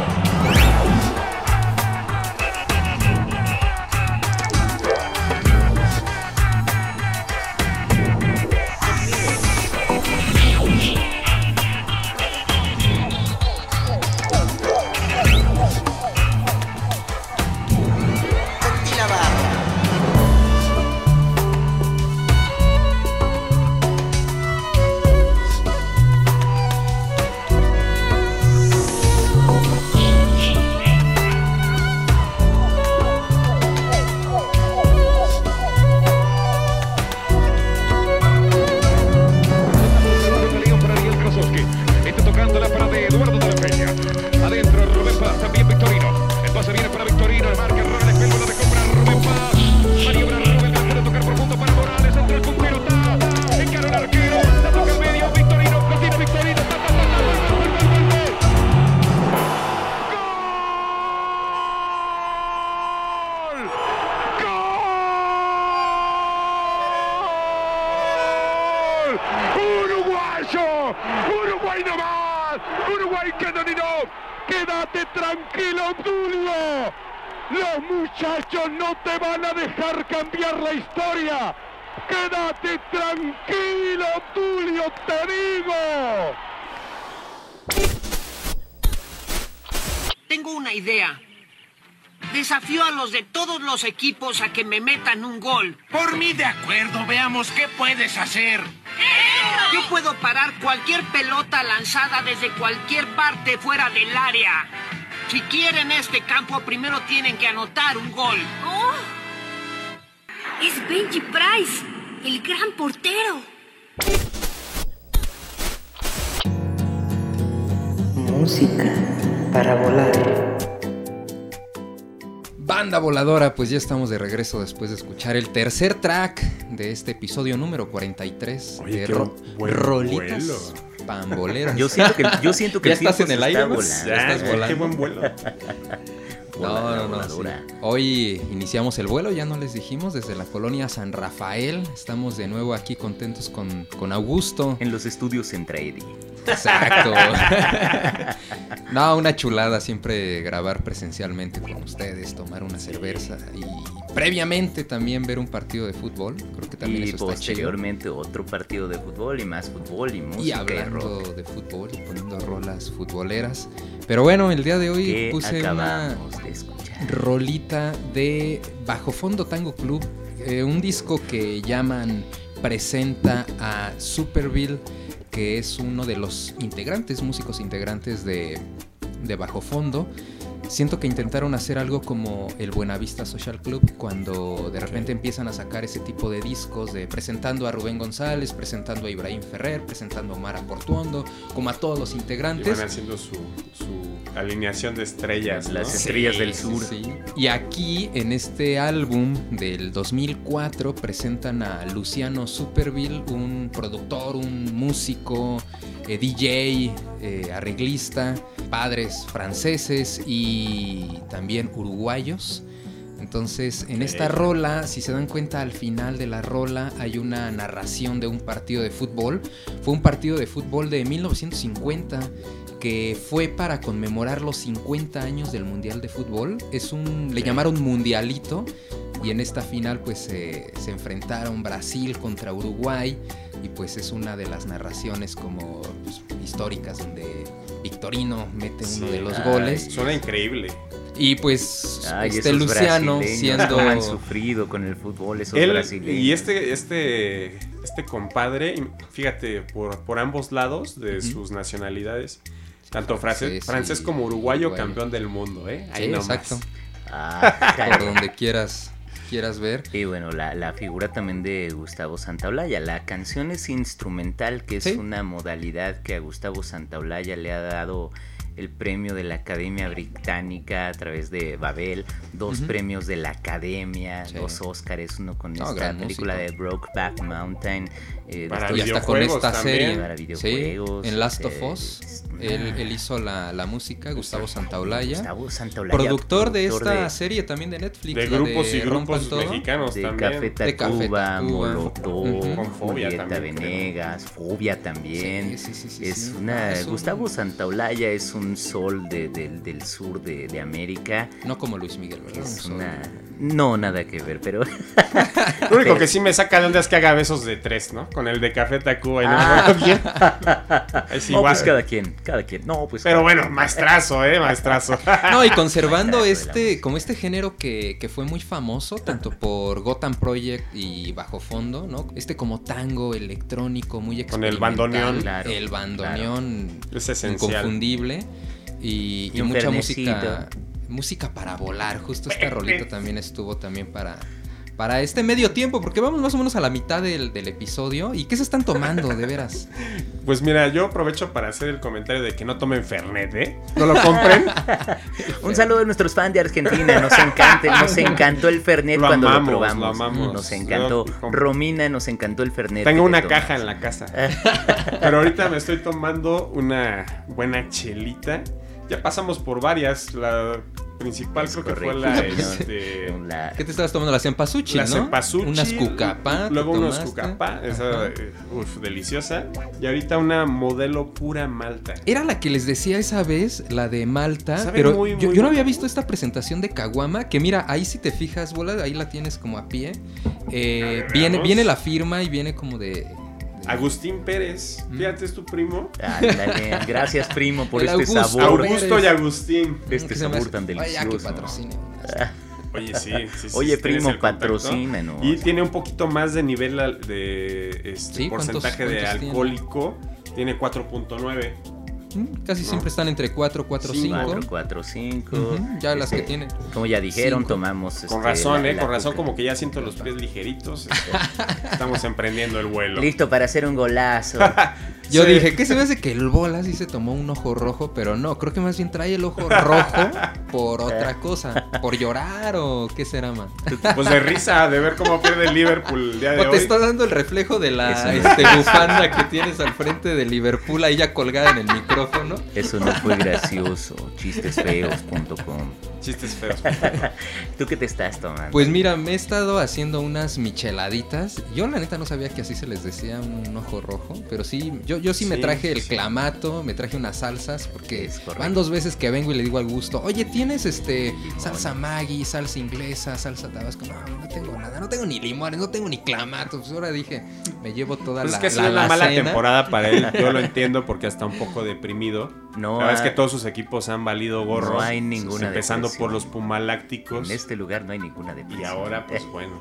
Uruguay no más, Uruguay que dominó. Quédate tranquilo, Obdulio. Los muchachos no te van a dejar cambiar la historia. Quédate tranquilo, Obdulio, te digo. Tengo una idea. Desafío a los de todos los equipos a que me metan un gol. Por mí de acuerdo, veamos qué puedes hacer. Yo puedo parar cualquier pelota lanzada desde cualquier parte fuera del área. Si quieren este campo, primero tienen que anotar un gol. ¡Oh! Es Benji Price, el gran portero. Música para volar. Banda voladora, pues ya estamos de regreso después de escuchar el tercer track de este episodio número 43. Oye, de Rolitas Pamboleras. Yo siento que ya estás en el aire, ¿no? volando. Ya estás volando. Qué buen vuelo. No. Sí. Hoy iniciamos el vuelo, ya no les dijimos, desde la colonia San Rafael. Estamos de nuevo aquí contentos con Augusto. En los estudios Centraedi. Exacto. No, una chulada siempre grabar presencialmente con ustedes, tomar una cerveza y previamente también ver un partido de fútbol. Creo que también y eso está posteriormente chido. otro partido de fútbol y más fútbol y música y hablando de fútbol y poniendo rolas futboleras. Pero bueno, el día de hoy puse una rolita de Bajo Fondo Tango Club, un disco que llaman Presenta a Superville, que es uno de los músicos integrantes de Bajo Fondo. Siento que intentaron hacer algo como el Buenavista Social Club, cuando de repente empiezan a sacar ese tipo de discos, de presentando a Rubén González, presentando a Ibrahim Ferrer, presentando a Mara Portuondo, como a todos los integrantes. Y van haciendo su alineación de estrellas, las ¿no? estrellas del sur. Sí. Y aquí, en este álbum del 2004, presentan a Luciano Superville, un productor, un músico, DJ, arreglista, padres franceses y también uruguayos. Entonces, en esta rola, si se dan cuenta, al final de la rola hay una narración de un partido de fútbol. Fue un partido de fútbol de 1950 que fue para conmemorar los 50 años del Mundial de Fútbol. Le llamaron Mundialito, y en esta final pues se enfrentaron Brasil contra Uruguay, y pues es una de las narraciones como históricas donde Victorino mete uno de los goles. Suena increíble. Y pues Luciano siendo... han sufrido con el fútbol esos brasileños. Y este compadre, fíjate, por ambos lados de sus nacionalidades, tanto francés como uruguayo, campeón del mundo, ¿eh? Ahí nomás. Exacto. Por donde quieras ver. Y bueno, la figura también de Gustavo Santaolalla. La canción es instrumental, que es una modalidad que a Gustavo Santaolalla le ha dado el premio de la Academia Británica a través de Babel, 2 premios de la Academia, 2 Óscares, uno con esta película de Brokeback Mountain. Y hasta con esta serie. Para videojuegos. Sí, en Last of Us. Él hizo la música, Gustavo Santaolalla. Productor productor de esta serie también de Netflix. De grupos y grupos mexicanos de también. Café Tacuba, Molotov, con Fobia Julieta también. Venegas, Fobia también. Sí. Gustavo Santaolalla es un sol del sur de América. No como Luis Miguel, ¿verdad? No, nada que ver, pero... Lo único que sí me saca de onda es que haga besos de 3, ¿no? Con el de Café Tacuba y no bien. Es igual. Pues cada quien. No, pues pero bueno, maestrazo, maestrazo. No, y conservando como este género que fue muy famoso, tanto por Gotham Project y Bajo Fondo, ¿no? Como tango electrónico, muy experimental. Con el bandoneón. Claro, el bandoneón es esencial. Inconfundible. Y mucha música para volar. Justo esta rolita también estuvo también para este medio tiempo, porque vamos más o menos a la mitad del episodio. ¿Y qué se están tomando, de veras? Pues mira, yo aprovecho para hacer el comentario de que no tomen Fernet, ¿eh? No lo compren. Un saludo a nuestros fans de Argentina. Nos encantó el Fernet cuando lo probamos. Lo amamos. Nos encantó. Romina, nos encantó el Fernet. Tengo una caja en la casa. Pero ahorita me estoy tomando una buena chelita. Ya pasamos por varias. La principal creo que fue la ¿Qué te estabas tomando? La cempasúchil, ¿no? La cempasúchil. Unas cucapá. Luego unos cucapá. Esa, deliciosa. Y ahorita una modelo pura malta. Era la que les decía esa vez, la de Malta. Sabe pero yo no había visto esta presentación de caguama. Que mira, ahí si te fijas, bola, ahí la tienes como a pie. Viene la firma y viene como de... Agustín Pérez, fíjate, es tu primo. Gracias, primo, por este sabor. Augusto y Agustín. Este sabor tan delicioso. Que patrocine. Oye, sí. Oye, primo, patrocínanos. Y tiene un poquito más de nivel de porcentaje de alcohólico. Tiene 4.9. Casi siempre están entre 4, 4, 5. 4, 5. Ya las que tienen. Como ya dijeron, tomamos. Con razón, con razón, como que ya siento los pies ligeritos. Estamos emprendiendo el vuelo. Listo para hacer un golazo. Yo dije, ¿qué se me hace que el bola sí se tomó un ojo rojo? Pero no, creo que más bien trae el ojo rojo por otra cosa. ¿Por llorar o qué será, man? Pues de risa, de ver cómo pierde el Liverpool el día de hoy. O te está dando el reflejo de la bufanda que tienes al frente de Liverpool ahí ya colgada en el micrófono. Eso no fue gracioso. Chistesfeos.com. Chistes feos. ¿Tú qué te estás tomando? Pues mira, me he estado haciendo unas micheladitas. Yo la neta no sabía que así se les decía un ojo rojo, pero sí, yo sí me traje el clamato, me traje unas salsas, porque van 2 veces que vengo y le digo al Gusto, oye, ¿tienes salsa Maggi, salsa inglesa, salsa tabasco? No tengo nada, no tengo ni limones, no tengo ni clamato. Pues ahora dije, me llevo toda pues la es que ha sido una mala temporada para él, yo lo entiendo porque está un poco deprimido. La verdad es que todos sus equipos han valido gorros. No hay ninguna empezando por los Pumalácticos. En este lugar no hay ninguna depresión. Y ahora, pues bueno.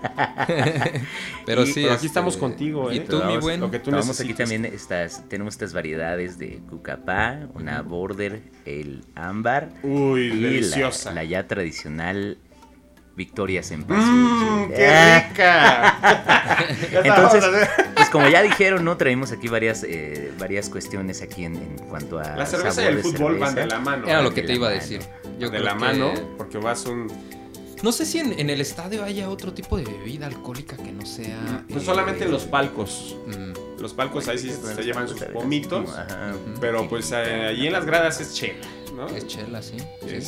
Pero aquí estamos contigo, ¿eh? Y tú, mi buen. Lo que tú necesitas. Aquí también tenemos estas variedades de cucapá, una border, el ámbar. Uy, y deliciosa. La ya tradicional Victoria Cempasúchil. ¡Qué rica! Entonces, pues como ya dijeron, ¿no? Traemos aquí varias cuestiones aquí en cuanto a la cerveza y el fútbol van de la mano. Era lo que te iba a decir. Yo de la mano, porque vas No sé si en el estadio haya otro tipo de bebida alcohólica que no sea... Pues solamente en los palcos. Los palcos ahí sí se llevan sus pomitos. Pero pues allí en las gradas es chela, ¿no? Es chela, sí.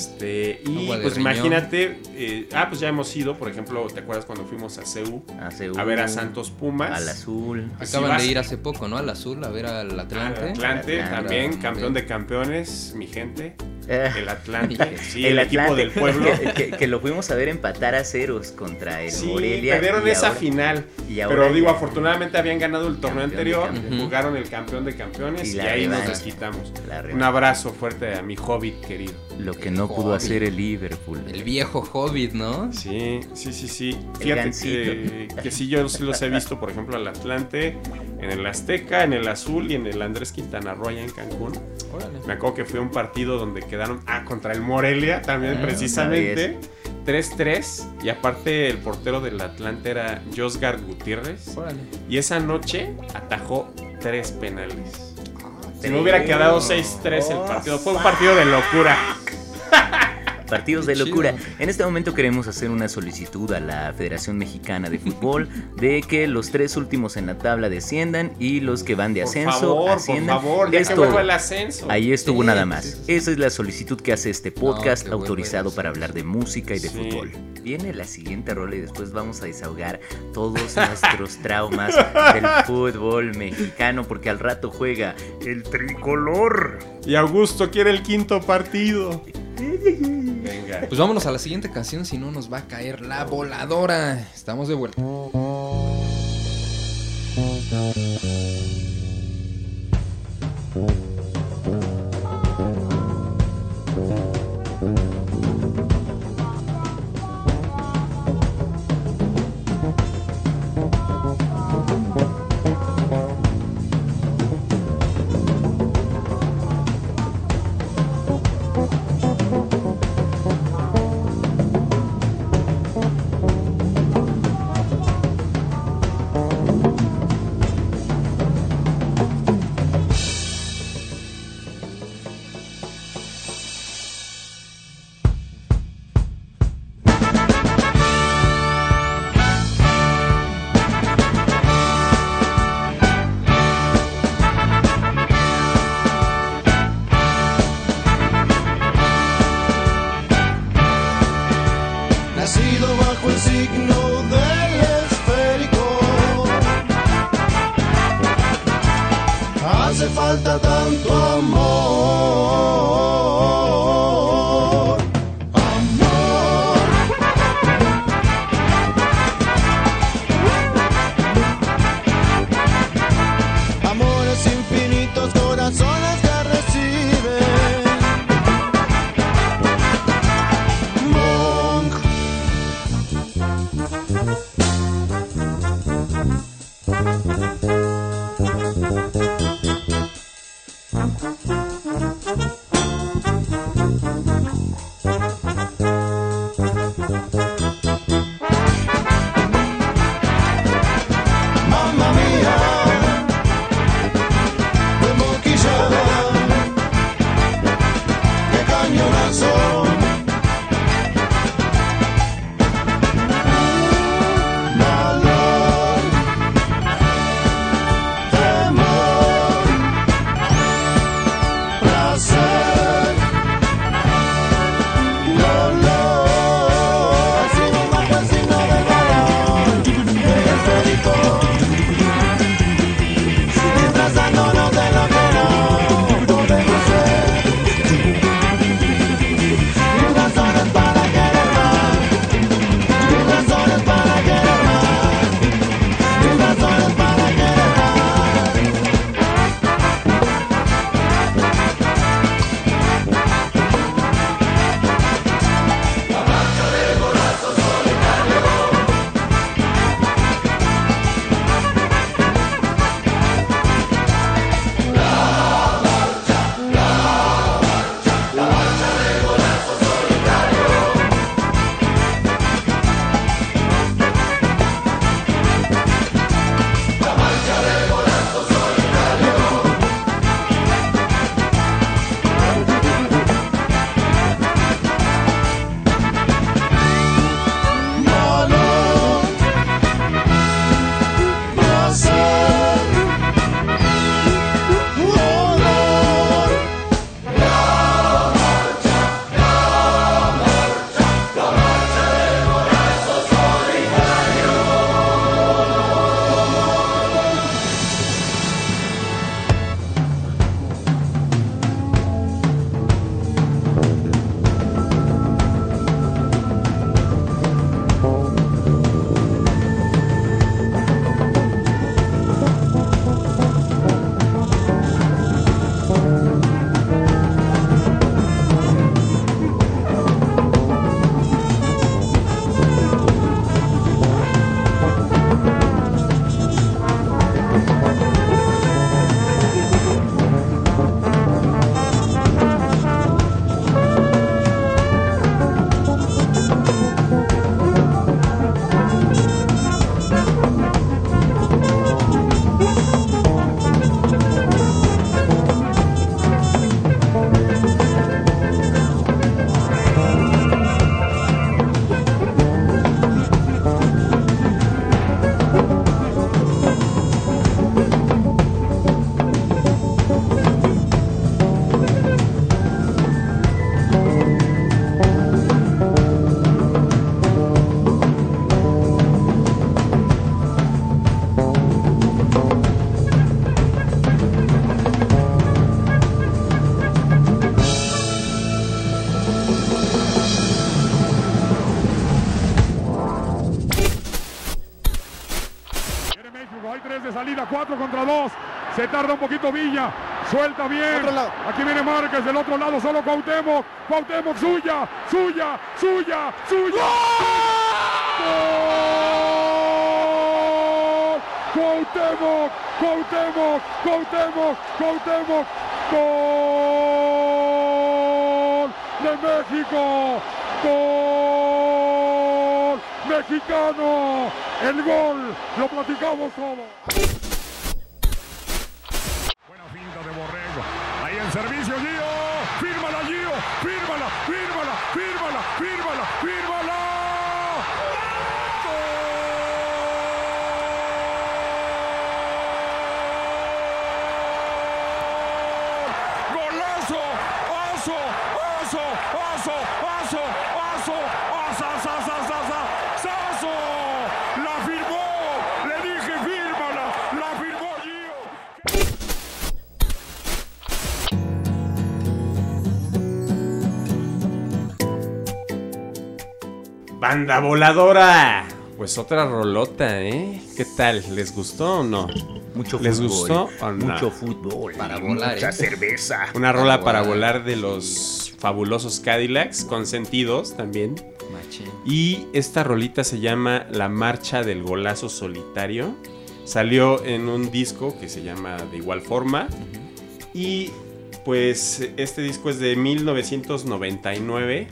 Y pues imagínate, pues ya hemos ido, por ejemplo, ¿te acuerdas cuando fuimos a CU? A ver a Santos Pumas. Al Azul. Acaban de ir hace poco, ¿no? Al Azul, a ver al Atlante. Al Atlante, también, campeón de campeones, mi gente. El Atlante, sí, el equipo del pueblo. Que lo fuimos a ver empatar a 0 contra el Morelia. Perdieron esa final. Pero digo, afortunadamente habían ganado el torneo anterior, jugaron el campeón de campeones y ahí nos desquitamos. Un abrazo fuerte a mi Hobbit querido. Lo que no pudo hacer el Liverpool. El viejo Hobbit, ¿no? Sí. Fíjate que sí, yo sí los he visto, por ejemplo, al Atlante, en el Azteca, en el Azul y en el Andrés Quintana Roo allá en Cancún. Órale. Me acuerdo que fue un partido donde quedaron contra el Morelia también precisamente 3-3 y aparte el portero del Atlante era Josgar Gutiérrez. Órale. Y esa noche atajó 3 penales. Si me hubiera quedado 6-3 el partido. Fue un partido de locura. Partidos de locura. En este momento queremos hacer una solicitud a la Federación Mexicana de Fútbol de que los 3 últimos en la tabla desciendan y los que van de ascenso asciendan. Por favor, ya que vuelva el ascenso. Ahí estuvo nada más. Esa es la solicitud que hace este podcast autorizado para hablar de música y de fútbol. Viene la siguiente rola y después vamos a desahogar todos nuestros traumas del fútbol mexicano porque al rato juega el tricolor. Y Augusto quiere el 5º partido. Venga. Pues vámonos a la siguiente canción, si no nos va a caer la voladora. Estamos de vuelta. Nacido bajo el signo del esférico, hace falta tanto amor, amores infinitos, corazones que reciben. contra dos. Se tarda un poquito Villa. Suelta bien. Aquí viene Márquez del otro lado. Solo Cuauhtémoc. Cuauhtémoc, suya. ¡Gol! Cuauhtémoc. ¡Gol de México! ¡Gol mexicano! El gol lo platicamos todo. Buena finta de Borrego. Ahí en servicio, Gio. Fírmala, Gio. Fírmala. Banda voladora. Pues otra rolota, ¿eh? ¿Qué tal? ¿Les gustó o no? Mucho ¿Les fútbol, gustó o no? Mucho fútbol. Para volar, mucha cerveza. Una rola para volar de los fabulosos Cadillacs, consentidos también. Machín. Y esta rolita se llama La Marcha del Golazo Solitario. Salió en un disco que se llama De Igual Forma. Y pues este disco es de 1999.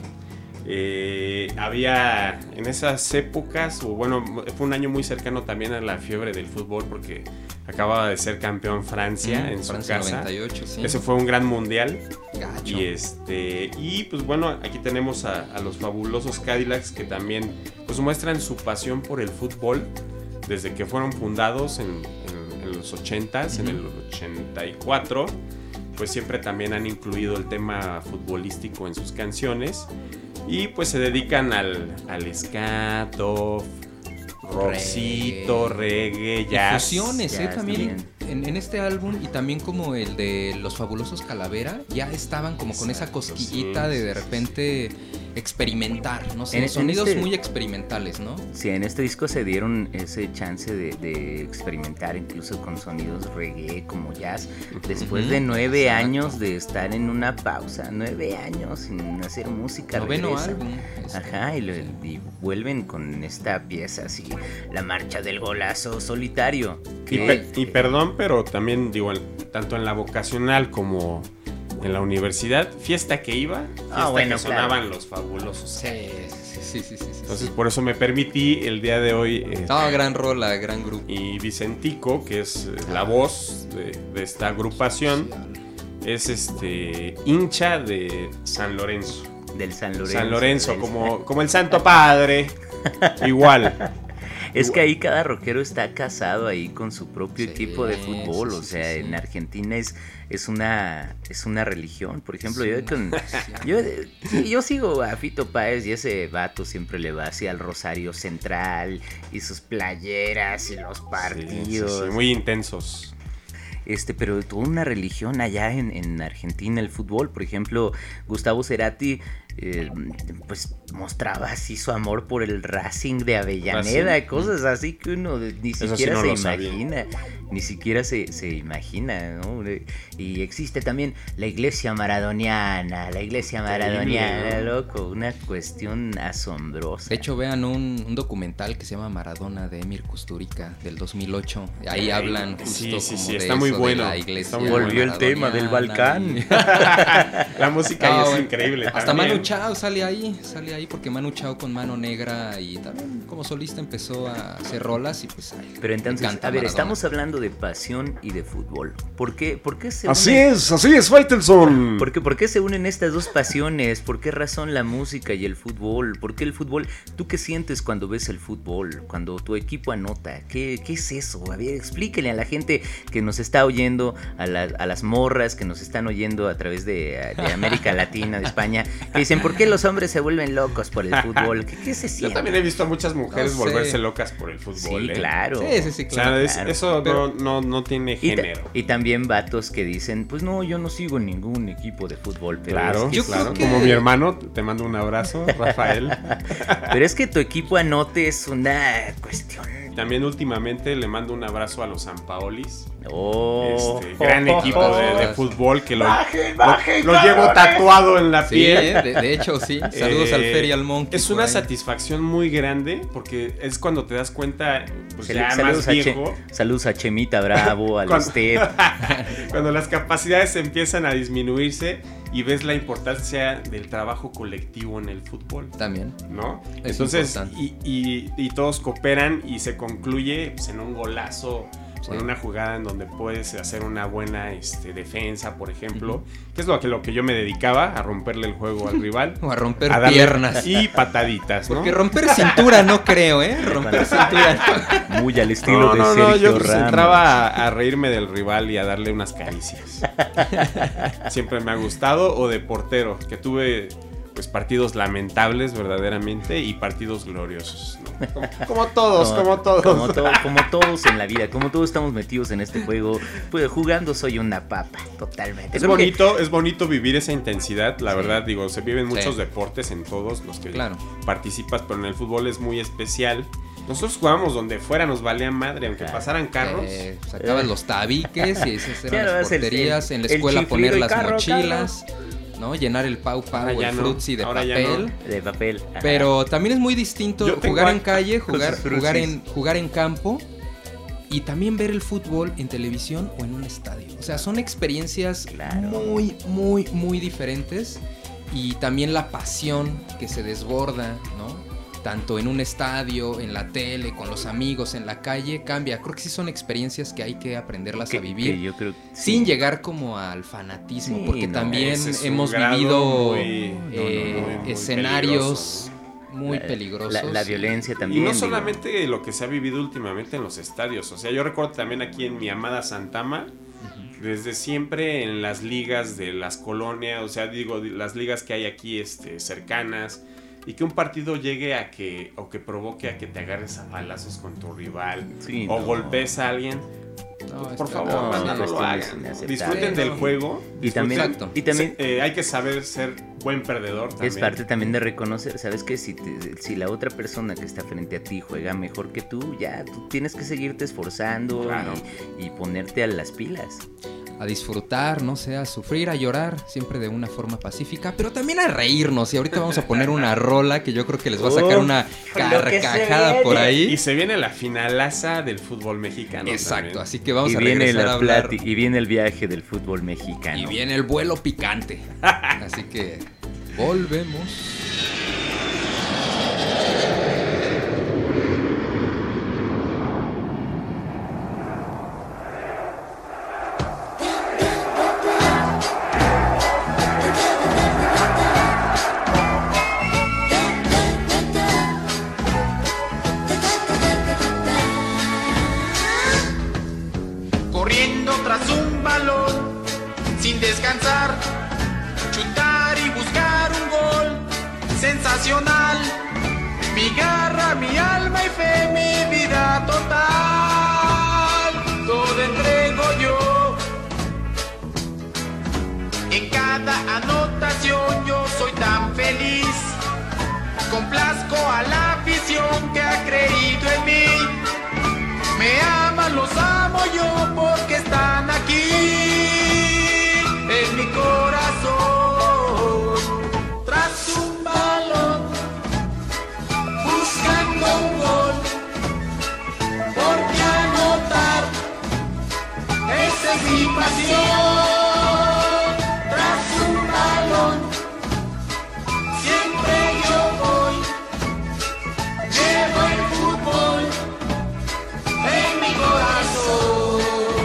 Había en esas épocas, o bueno, fue un año muy cercano también a la fiebre del fútbol porque acababa de ser campeón Francia en Francia su casa. 98, sí. Ese fue un gran mundial. Gacho. Y pues bueno, aquí tenemos a los fabulosos Cadillacs que también pues muestran su pasión por el fútbol desde que fueron fundados en los 80s, en el 84. Pues siempre también han incluido el tema futbolístico en sus canciones. Y pues se dedican al ska, dub, rockcito, reggae, jazz. Fusiones, jazz también en este álbum y también como el de Los Fabulosos Calavera, ya estaban como con esa cosquillita de repente experimentar, no sé, sonidos muy experimentales, ¿no? Sí, en este disco se dieron ese chance de experimentar incluso con sonidos reggae como jazz, después de 9 años de estar en una pausa, 9 años sin hacer música. Noveno álbum. Ajá, y vuelven con esta pieza así, La Marcha del Golazo Solitario. Y perdón, pero también digo, tanto en la vocacional como en la universidad, fiesta que iba, que sonaban los fabulosos. Sí. Entonces por eso me permití el día de hoy. Gran rola, gran grupo. Y Vicentico, que es la voz de esta agrupación, es hincha de San Lorenzo. Del San Lorenzo. San Lorenzo, como el Santo Padre. Igual. Es que ahí cada rockero está casado ahí con su propio equipo de fútbol, o sea, en Argentina es una religión. Por ejemplo, yo sigo a Fito Páez y ese vato siempre le va hacia el Rosario Central y sus playeras y los partidos. Sí, muy intensos. Pero toda una religión allá en Argentina, el fútbol. Por ejemplo, Gustavo Cerati pues mostraba así su amor por el Racing de Avellaneda, cosas así que uno ni siquiera se imagina, ni siquiera se imagina, ¿no? Y existe también la iglesia maradoniana, loco, una cuestión asombrosa. De hecho, vean un documental que se llama Maradona de Emir Kusturica del 2008, ahí hablan justo como de está muy eso, bueno. de la iglesia. Volvió el tema del Balcán. La música ahí es increíble. Hasta Manu Chao sale ahí porque Manu Chao con Mano Negra y también como solista empezó a hacer rolas y pues pero entonces, a ver, estamos hablando de pasión y de fútbol. ¿Por qué se así es, Faitelson. ¿Por qué se unen estas dos pasiones? ¿Por qué razón la música y el fútbol? ¿Por qué el fútbol? ¿Tú qué sientes cuando ves el fútbol? Cuando tu equipo anota. ¿Qué es eso? A ver, explíquenle a la gente que nos está oyendo, a las morras que nos están oyendo a través de América Latina, de España, que dicen, ¿por qué los hombres se vuelven locos por el fútbol? ¿Qué se siente? Yo también he visto a muchas mujeres volverse locas por el fútbol. Sí, claro. Sí, claro. O sea, eso no tiene género. Y también vatos que dicen, pues no, yo no sigo ningún equipo de fútbol. Pero claro, es que claro. Como mi hermano, te mando un abrazo, Rafael. Pero es que tu equipo anote es una cuestión. También últimamente le mando un abrazo a los Sampaolis. Gran equipo de fútbol que lo llevo tatuado en la piel. De hecho, sí. Saludos al Fer y al Monkey. Es una satisfacción muy grande porque es cuando te das cuenta, pues ya más viejo. Saludos a Chemita Bravo, al Steph. Cuando las capacidades empiezan a disminuirse y ves la importancia del trabajo colectivo en el fútbol. También. ¿No? Entonces, y todos cooperan y se concluye pues, en un golazo. En una jugada en donde puedes hacer una buena defensa, por ejemplo, que es lo que yo me dedicaba, a romperle el juego al rival. O a romper piernas. Y pataditas, ¿no? Porque romper cintura no creo, ¿eh? Romper cintura. Muy al estilo de Sergio yo Ramos. entraba a reírme del rival y a darle unas caricias. Siempre me ha gustado, o de portero, que tuve pues partidos lamentables verdaderamente y partidos gloriosos, ¿no? Como todos. Como todos en la vida, como todos estamos metidos en este juego, pues jugando soy una papa, totalmente. Es bonito vivir esa intensidad, la verdad, digo, se viven muchos deportes en todos los que participas, pero en el fútbol es muy especial. Nosotros jugábamos donde fuera, nos valía madre, aunque pasaran carros. Sacaban los tabiques y esas eran las porterías, en la escuela poner las mochilas. ¿No? Llenar el Pau Pau o el Frutzi de papel. De papel. Ajá. Pero también es muy distinto jugar en calle, jugar en campo y también ver el fútbol en televisión o en un estadio. O sea, son experiencias muy, muy, muy diferentes y también la pasión que se desborda, ¿no? Tanto en un estadio, en la tele, con los amigos, en la calle, cambia. Creo que sí son experiencias que hay que aprenderlas a vivir. Yo creo, sin llegar como al fanatismo, porque también hemos vivido escenarios muy peligrosos. La violencia también. Y no solamente lo que se ha vivido últimamente en los estadios. O sea, yo recuerdo también aquí en mi amada Santama, desde siempre en las ligas de las colonias, o sea, digo, las ligas que hay aquí cercanas. Y que un partido llegue a que provoque a que te agarres a balazos con tu rival o golpees a alguien. Por favor, no lo hagan. Disfruten del juego. Y también hay que saber ser buen perdedor también. Es parte también de reconocer, ¿sabes qué? Si la otra persona que está frente a ti juega mejor que tú, ya tú tienes que seguirte esforzando y ponerte a las pilas. A disfrutar, no sé, a sufrir, a llorar, siempre de una forma pacífica, pero también a reírnos. Y ahorita vamos a poner una rola que yo creo que les va a sacar una carcajada por ahí. Y se viene la finalaza del fútbol mexicano. Exacto, también. Así que vamos a regresar a hablar. Y viene el viaje del fútbol mexicano. Y viene el vuelo picante. Así que volvemos. Descansar, chutar y buscar un gol sensacional. Mi garra, mi alma y fe, mi vida total. Todo entrego yo. En cada anotación yo soy tan feliz. Complazco a la afición que ha creído en mí. Me aman, los amo yo porque están aquí. En mi corazón, tras un balón, buscando un gol, porque anotar, esa es mi pasión. Tras un balón, siempre yo voy, llevo el fútbol en mi corazón.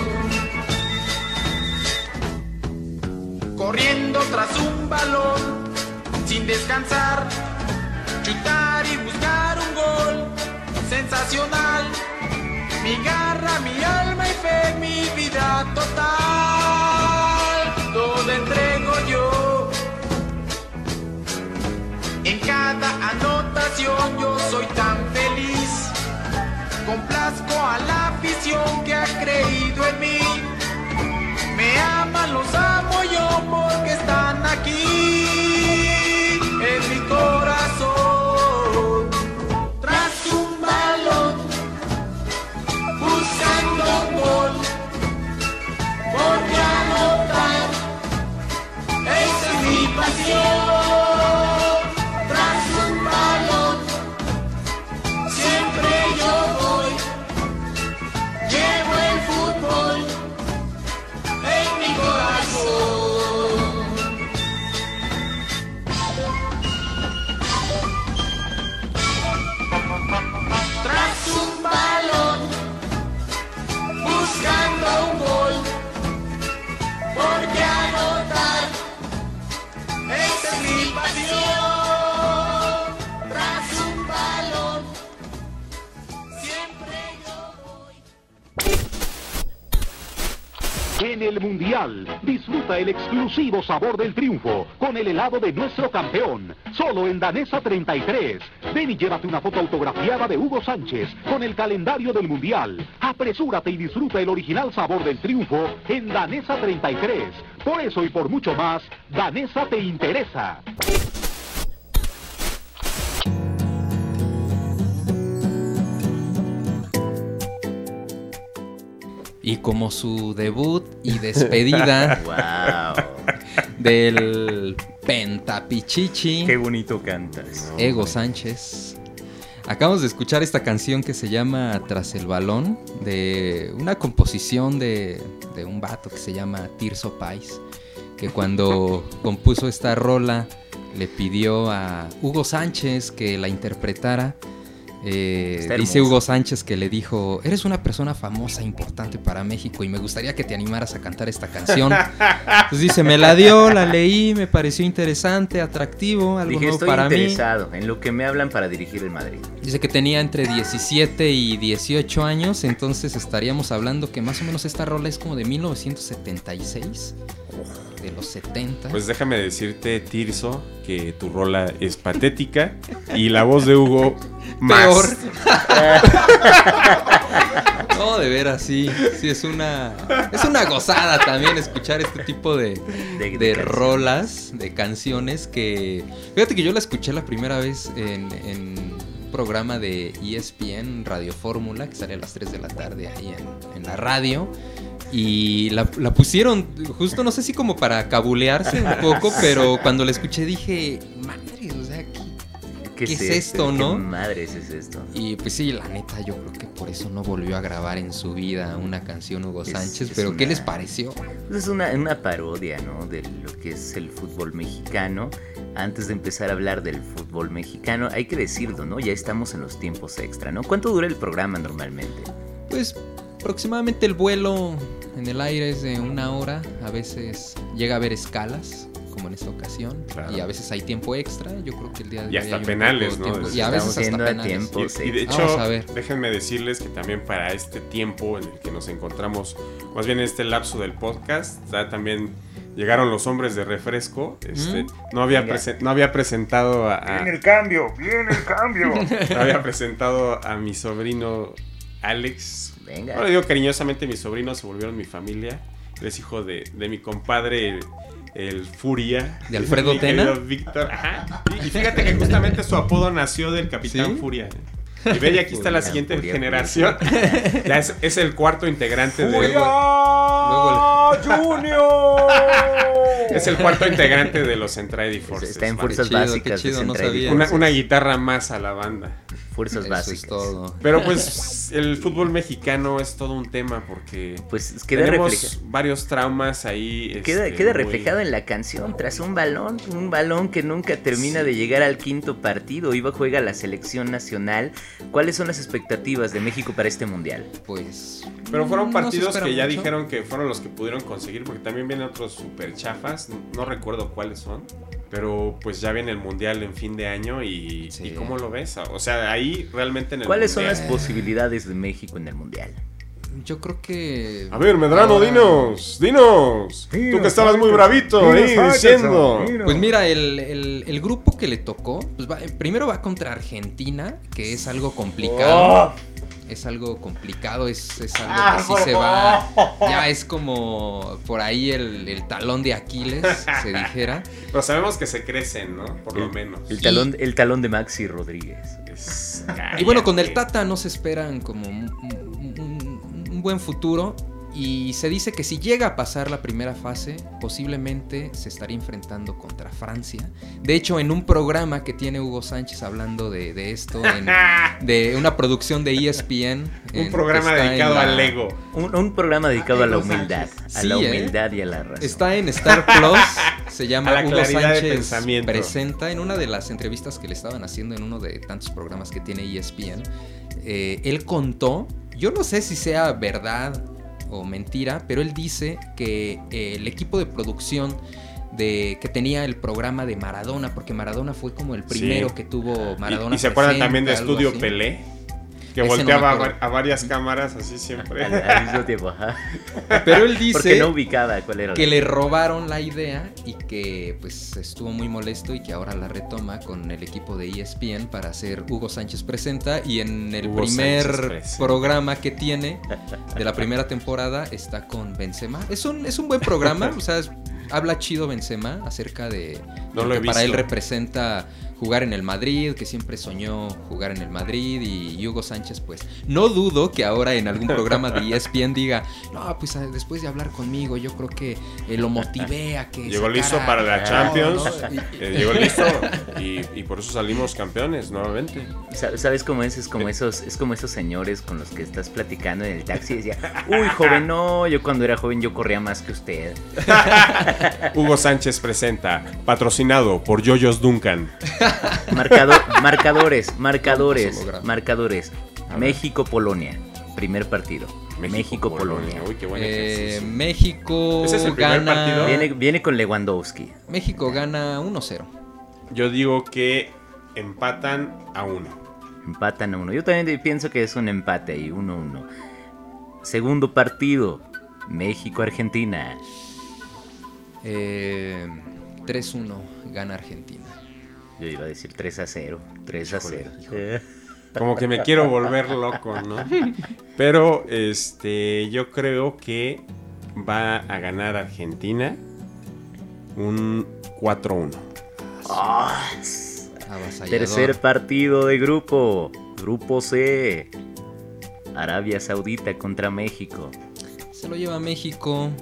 Corriendo tras un balón, sin descansar, chutar y buscar un gol sensacional. Mi garra, mi alma y fe, mi vida total. Todo entrego yo. En cada anotación yo soy tan feliz. Complazco a la afición que ha creído en mí. Me aman, los amo yo porque están aquí en mi corazón. Tras un balón, buscando un gol pasión tras un balón. Siempre yo voy, llevo el fútbol en mi corazón. Tras un balón, buscando un gol, porque anotar esa es mi pasión. Tras un balón, siempre yo voy. En el Mundial, disfruta el exclusivo sabor del triunfo con el helado de nuestro campeón, solo en Danesa 33. Ven y llévate una foto autografiada de Hugo Sánchez con el calendario del Mundial. Apresúrate y disfruta el original sabor del triunfo en Danesa 33. Por eso y por mucho más, Danesa te interesa. Y como su debut y despedida del Pentapichichi. Qué bonito cantas. Hugo Sánchez. Acabamos de escuchar esta canción que se llama Tras el balón, de una composición de un vato que se llama Tirso Pais, que cuando compuso esta rola le pidió a Hugo Sánchez que la interpretara. Dice Hugo Sánchez que le dijo: eres una persona famosa, importante para México y me gustaría que te animaras a cantar esta canción. Entonces dice, me la dio, la leí, me pareció interesante, atractivo, algo Dije, nuevo estoy para mí. interesado en lo que me hablan para dirigir el Madrid. Dice que tenía entre 17 y 18 años, entonces estaríamos hablando que más o menos esta rola es como de 1976, de los 70. Pues déjame decirte, Tirso, que tu rola es patética y la voz de Hugo más. Peor. No, de veras, sí es una gozada también escuchar este tipo de rolas, de canciones que... Fíjate que yo la escuché la primera vez en un programa de ESPN, Radio Fórmula, que sale a las 3 de la tarde ahí en la radio. Y la pusieron justo, no sé si como para cabulearse un poco, pero cuando la escuché dije, madre, o sea, ¿qué es esto, no? ¿Qué madres es esto? Y pues sí, la neta, yo creo que por eso no volvió a grabar en su vida una canción Hugo Sánchez, pero ¿qué les pareció? Es una parodia, ¿no? De lo que es el fútbol mexicano. Antes de empezar a hablar del fútbol mexicano, hay que decirlo, ¿no? Ya estamos en los tiempos extra, ¿no? ¿Cuánto dura el programa normalmente? Pues aproximadamente el vuelo en el aire es de 1 hora, a veces llega a haber escalas, como en esta ocasión, claro. Y a veces hay tiempo extra, yo creo que el día de hoy y hasta penales, ¿no? Y a veces hasta penales. Tiempo, sí. Y de hecho, déjenme decirles que también para este tiempo en el que nos encontramos, más bien en este lapso del podcast, también llegaron los hombres de refresco. No había presentado a... ¡Viene el cambio! No había presentado a mi sobrino Alex. Venga. Bueno, le digo cariñosamente, mis sobrinos se volvieron mi familia. Él es hijo de mi compadre, el Furia. ¿De Alfredo Tena? Víctor. Ajá. Y fíjate que justamente su apodo nació del Capitán Furia. Y ve, y aquí está la siguiente generación. Ya es el cuarto integrante de... ¡Junior! Es el cuarto integrante de los Centraedi Forces. Está en fuerzas básicas de Centraedi Forces. Una guitarra más a la banda. Fuerzas básicas. Es todo. Pero pues el fútbol mexicano es todo un tema porque pues queda tenemos varios traumas ahí. Queda reflejado en la canción. Tras un balón que nunca termina de llegar al quinto partido. Iba a jugar la selección nacional. ¿Cuáles son las expectativas de México para este mundial? Pues... Pero fueron partidos que ya dijeron que fueron los que pudieron conseguir, porque también vienen otros super chafas, no recuerdo cuáles son. Pero pues ya viene el mundial en fin de año y ¿cómo lo ves? O sea, ahí realmente en el ¿cuáles mundial, son las posibilidades de México en el mundial? Yo creo que... A ver, Medrano, dinos. Tú que estabas muy bravito ahí diciendo. Pues mira, el grupo que le tocó, pues primero va contra Argentina, que es algo complicado. Es algo complicado, es algo que sí se va. Ya es como por ahí el talón de Aquiles, se dijera. Pero sabemos que se crecen, ¿no? Por lo menos. El talón de Maxi Rodríguez. Y bueno, con el Tata no se esperan como un buen futuro. Y se dice que si llega a pasar la primera fase, posiblemente se estaría enfrentando contra Francia. De hecho, en un programa que tiene Hugo Sánchez hablando de esto, de una producción de ESPN. Un programa dedicado al Lego. Un programa dedicado a la humildad. A la Sí, humildad y a la razón. Está en Star Plus, se llama A la Hugo claridad de Sánchez pensamiento. Presenta. En una de las entrevistas que le estaban haciendo en uno de tantos programas que tiene ESPN, él contó, yo no sé si sea verdad o mentira, pero él dice que el equipo de producción que tenía el programa de Maradona, porque Maradona fue como el primero que tuvo Maradona. ¿Y se acuerdan Presenta, también de algo Estudio así? Pelé? Que Ese no volteaba me acuerdo. a varias cámaras así siempre. Al mismo tiempo, ajá. Pero él dice Porque no ubicaba cuál era que la- le robaron la idea y que pues estuvo muy molesto y que ahora la retoma con el equipo de ESPN para hacer Hugo Sánchez Presenta, y en el Hugo primer Sánchez Presenta. programa que tiene de la primera temporada está con Benzema. Es un buen programa, o sea, habla chido Benzema acerca de No lo lo he que para él visto. representa jugar en el Madrid, que siempre soñó jugar en el Madrid, y Hugo Sánchez pues no dudo que ahora en algún programa de ESPN diga, no, pues después de hablar conmigo yo creo que lo motivé a que Llegó sacara- listo para la Champions. ¿no? Llegó listo y por eso salimos campeones nuevamente. ¿Sabes cómo es? Es como esos señores con los que estás platicando en el taxi y decía, uy, joven, no, yo cuando era joven yo corría más que usted. Hugo Sánchez Presenta, patrocinado por Yoyos Duncan. Marcadores. holograma. México-Polonia, primer partido. México-Polonia. Uy, qué buen ejercicio. México ¿Ese es el primer gana. partido? Viene con Lewandowski. México gana 1-0. Yo digo que empatan a 1. Empatan a 1. Yo también pienso que es un empate ahí, 1-1. Segundo partido, México-Argentina. 3-1 gana Argentina. Yo iba a decir 3-0. 3-0. Como que me quiero volver loco, ¿no? Pero yo creo que va a ganar Argentina un 4-1. Avasallador. Tercer partido de grupo. Grupo C. Arabia Saudita contra México. Se lo lleva México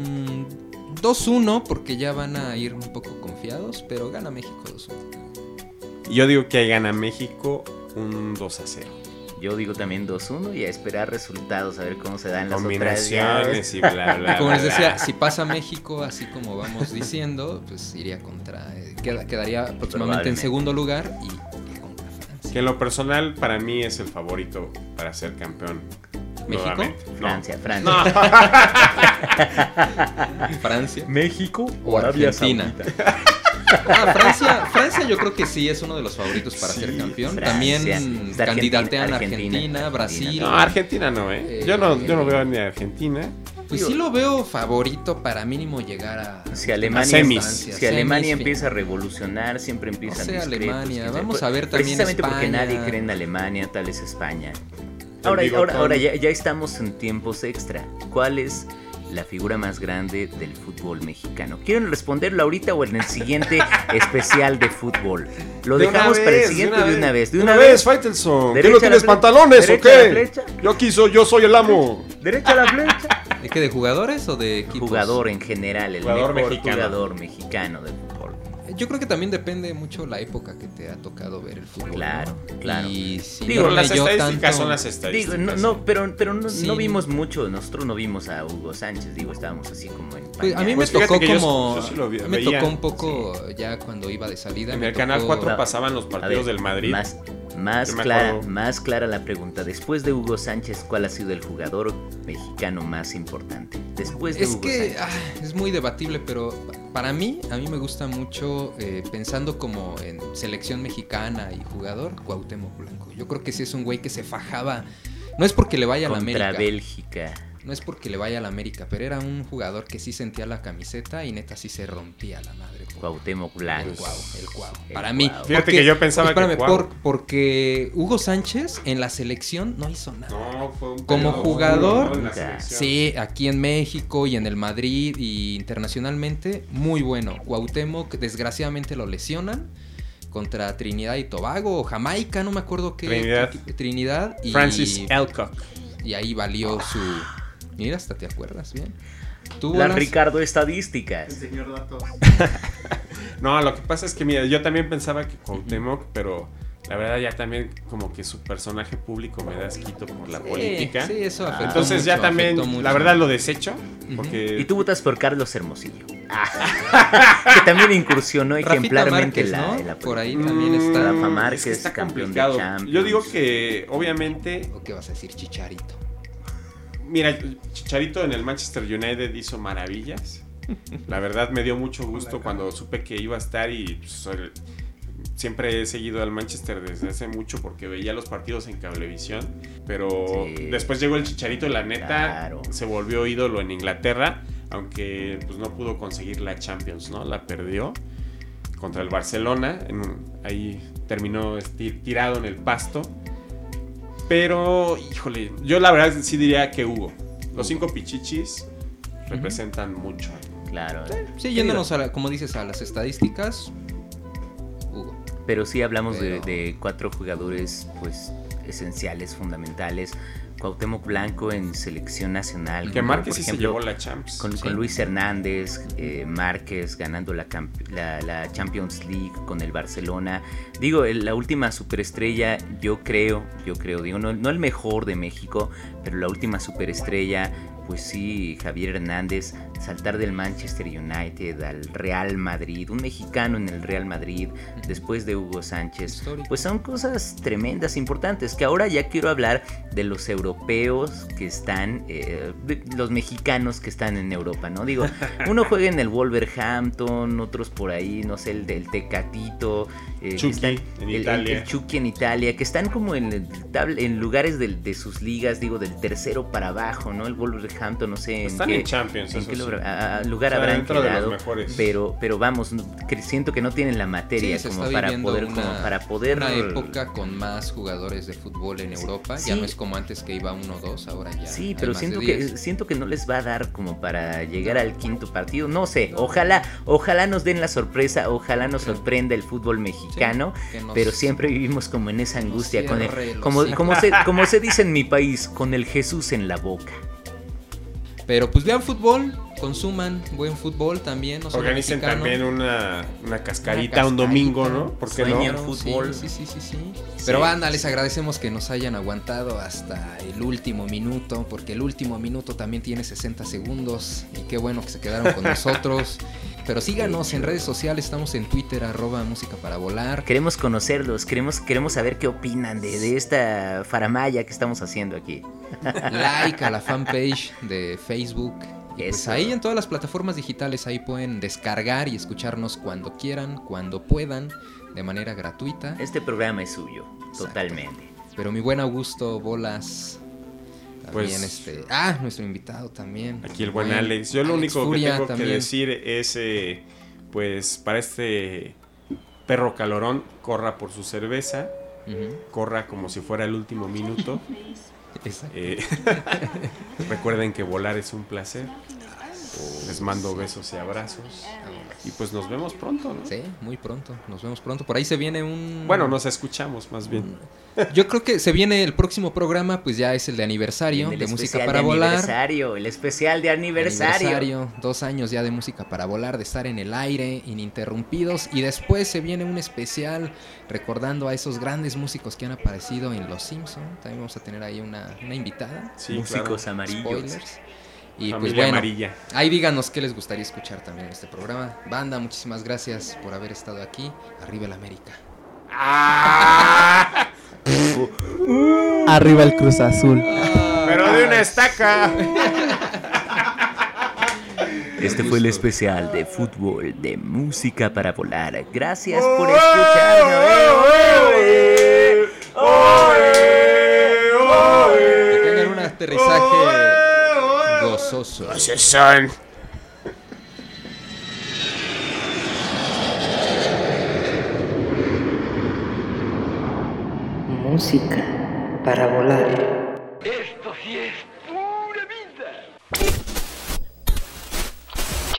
2-1 porque ya van a ir un poco confiados, pero gana México 2-1. Yo digo que gana México un 2-0. Yo digo también 2-1 y a esperar resultados, a ver cómo se dan las otras Combinaciones y bla, bla, Como les bla, decía, bla. si pasa México, así como vamos diciendo, pues iría contra... quedaría aproximadamente en Probablemente. segundo lugar y Que en lo personal para mí es el favorito para ser campeón. ¿México? Nuevamente. No. Francia. Francia. México o Argentina. Francia yo creo que sí es uno de los favoritos para ser campeón. Francia. También Está candidatean a Argentina, Argentina, Brasil. No, Argentina no, ¿eh? Yo no veo ni a Argentina. Pues sí lo veo favorito para mínimo llegar a Si Alemania, semis. si Alemania empieza a revolucionar, siempre empiezan No sé, discretos, Alemania, quién sabe. vamos a ver también Precisamente porque España. nadie cree en Alemania, tal es España. Yo digo Ahora ya estamos en tiempos extra. ¿Cuál es la figura más grande del fútbol mexicano? ¿Quieren responderlo ahorita o en el siguiente especial de fútbol? Lo De dejamos una para el vez, siguiente de de una vez. De una vez, Faitelson. ¿Qué Derecha no a la tienes flecha. pantalones o Derecha a la qué? flecha. Yo soy el amo. Derecha a la flecha. ¿De qué? ¿De jugadores o de equipos? Jugador en general, el Jugador mejor mexicano. jugador mexicano del fútbol. Yo creo que también depende mucho la época que te ha tocado ver el fútbol. Claro, ¿no? claro. Y si Digo, no las leyó estadísticas tanto- son las Digo, estadísticas. pero no, Sí. no vimos mucho. Nosotros no vimos a Hugo Sánchez. Digo, estábamos así como en Pues a mí me Pues fíjate tocó que yo como... sí lo vi- me veía. tocó un poco ya cuando iba de salida. En me el Canal tocó- 4 pasaban los partidos del Madrid. Más Yo me clara, acuerdo. más clara la pregunta. Después de Hugo Sánchez, ¿cuál ha sido el jugador mexicano más importante? Después de Es Hugo que Sánchez. es muy debatible, pero para mí, a mí me gusta mucho, pensando como en selección mexicana y jugador, Cuauhtémoc Blanco. Yo creo que sí es un güey que se fajaba. No es porque le vaya a la Contra América. Bélgica. No es porque le vaya a la América, pero era un jugador que sí sentía la camiseta y neta sí se rompía la madre. Cuauhtémoc Blanco. El Cuau. El Para mí. Cuau. Fíjate que yo pensaba que Cuau. Porque Hugo Sánchez en la selección no hizo nada. No, fue un Como pedo jugador, en la selección. sí, aquí en México y en el Madrid y internacionalmente, muy bueno. Cuauhtémoc, desgraciadamente lo lesionan contra Trinidad y Tobago o Jamaica, no me acuerdo qué. Trinidad. Trinidad y Francis Alcock. Y ahí valió Mira, hasta te acuerdas bien. ¿Tú, Las Bolas? Ricardo estadísticas. El señor Datos. No, lo que pasa es que, mira, yo también pensaba que Cuauhtémoc, pero la verdad ya también como que su personaje público me da asquito por la política. Sí, eso afectó Entonces mucho, ya también, mucho. la verdad lo desecho. Porque... Y tú votas por Carlos Hermosillo. Que también incursionó Rafita ejemplarmente Márquez, ¿no? en la Por ahí también está. Rafa Es Márquez, que está campeón de complicado. Champions. Yo digo que obviamente... ¿O qué vas a decir, Chicharito? Mira, Chicharito en el Manchester United hizo maravillas. La verdad me dio mucho gusto cuando supe que iba a estar y pues, siempre he seguido al Manchester desde hace mucho porque veía los partidos en Cablevisión. Pero después llegó el Chicharito y la neta se volvió ídolo en Inglaterra, aunque pues no pudo conseguir la Champions, ¿no? La perdió contra el Barcelona. Ahí terminó tirado en el pasto. Pero, híjole, yo la verdad sí diría que Hugo. Los 5 pichichis representan mucho. Claro. Sí, yéndonos como dices, a las estadísticas, Hugo. Pero sí hablamos de 4 jugadores pues esenciales, fundamentales. Cuauhtémoc Blanco en selección nacional. Que Márquez sí se llevó la Champions. Con Luis Hernández, Márquez ganando la Champions League con el Barcelona. Digo, la última superestrella, yo creo, digo, no el mejor de México, pero la última superestrella, pues sí, Javier Hernández, saltar del Manchester United al Real Madrid, un mexicano en el Real Madrid, después de Hugo Sánchez, histórico. Pues son cosas tremendas, importantes, que ahora ya quiero hablar de los europeos que están, los mexicanos que están en Europa, ¿no? Digo, uno juega en el Wolverhampton, otros por ahí, no sé, el del Tecatito, Chucky en Italia. El Chucky en Italia, que están como en lugares de sus ligas, digo, del tercero para abajo, ¿no? El Wolverhampton, no sé están en Champions, en qué sí. lugar habrán quedado, de pero vamos, siento que no tienen la materia como para poder una época con más jugadores de fútbol en Europa. Sí. Ya no es como antes que iba 1 o 2, ahora ya. Sí, pero siento que no les va a dar como para llegar al quinto partido. No sé, ojalá nos den la sorpresa, ojalá nos sorprenda el fútbol mexicano, pero siempre vivimos como en esa angustia, como se dice en mi país, con el Jesús en la boca. Pero pues vean fútbol, consuman buen fútbol también. No organicen también una cascarita un domingo, ¿no? ¿Por qué no? Fútbol. Sí. Pero banda, les agradecemos que nos hayan aguantado hasta el último minuto, porque el último minuto también tiene 60 segundos y qué bueno que se quedaron con nosotros. Pero síganos en redes sociales, estamos en Twitter, @música para volar. Queremos conocerlos, queremos saber qué opinan de esta faramaya que estamos haciendo aquí. Like a la fanpage de Facebook. Pues ahí en todas las plataformas digitales, ahí pueden descargar y escucharnos cuando quieran, cuando puedan, de manera gratuita. Este programa es suyo, totalmente. Pero mi buen Augusto, Bolas... También pues, nuestro invitado también. Aquí el buen Alex. Yo lo único que tengo que decir es, pues, para este perro calorón, corra por su cerveza, corra como si fuera el último minuto. Recuerden que volar es un placer. Les mando besos y abrazos. Y pues nos vemos pronto, ¿no? Sí, muy pronto. Nos vemos pronto. Por ahí se viene un... Bueno, nos escuchamos más bien. Yo creo que se viene el próximo programa, pues ya es el de aniversario de Música para Volar. El especial de aniversario. 2 años ya de Música para Volar, de estar en el aire, ininterrumpidos. Y después se viene un especial recordando a esos grandes músicos que han aparecido en Los Simpson. También vamos a tener ahí una invitada. Sí, músicos amarillos. Spoilers. Y Familia pues bueno, amarilla. Ahí díganos qué les gustaría escuchar también en este programa. Banda, muchísimas gracias por haber estado aquí. Arriba el América. Arriba el Cruz Azul. Pero de una estaca. Este fue el especial de fútbol de Música para Volar. Gracias por escucharnos. Que tengan un aterrizaje gozoso. Música para volar. Esto sí es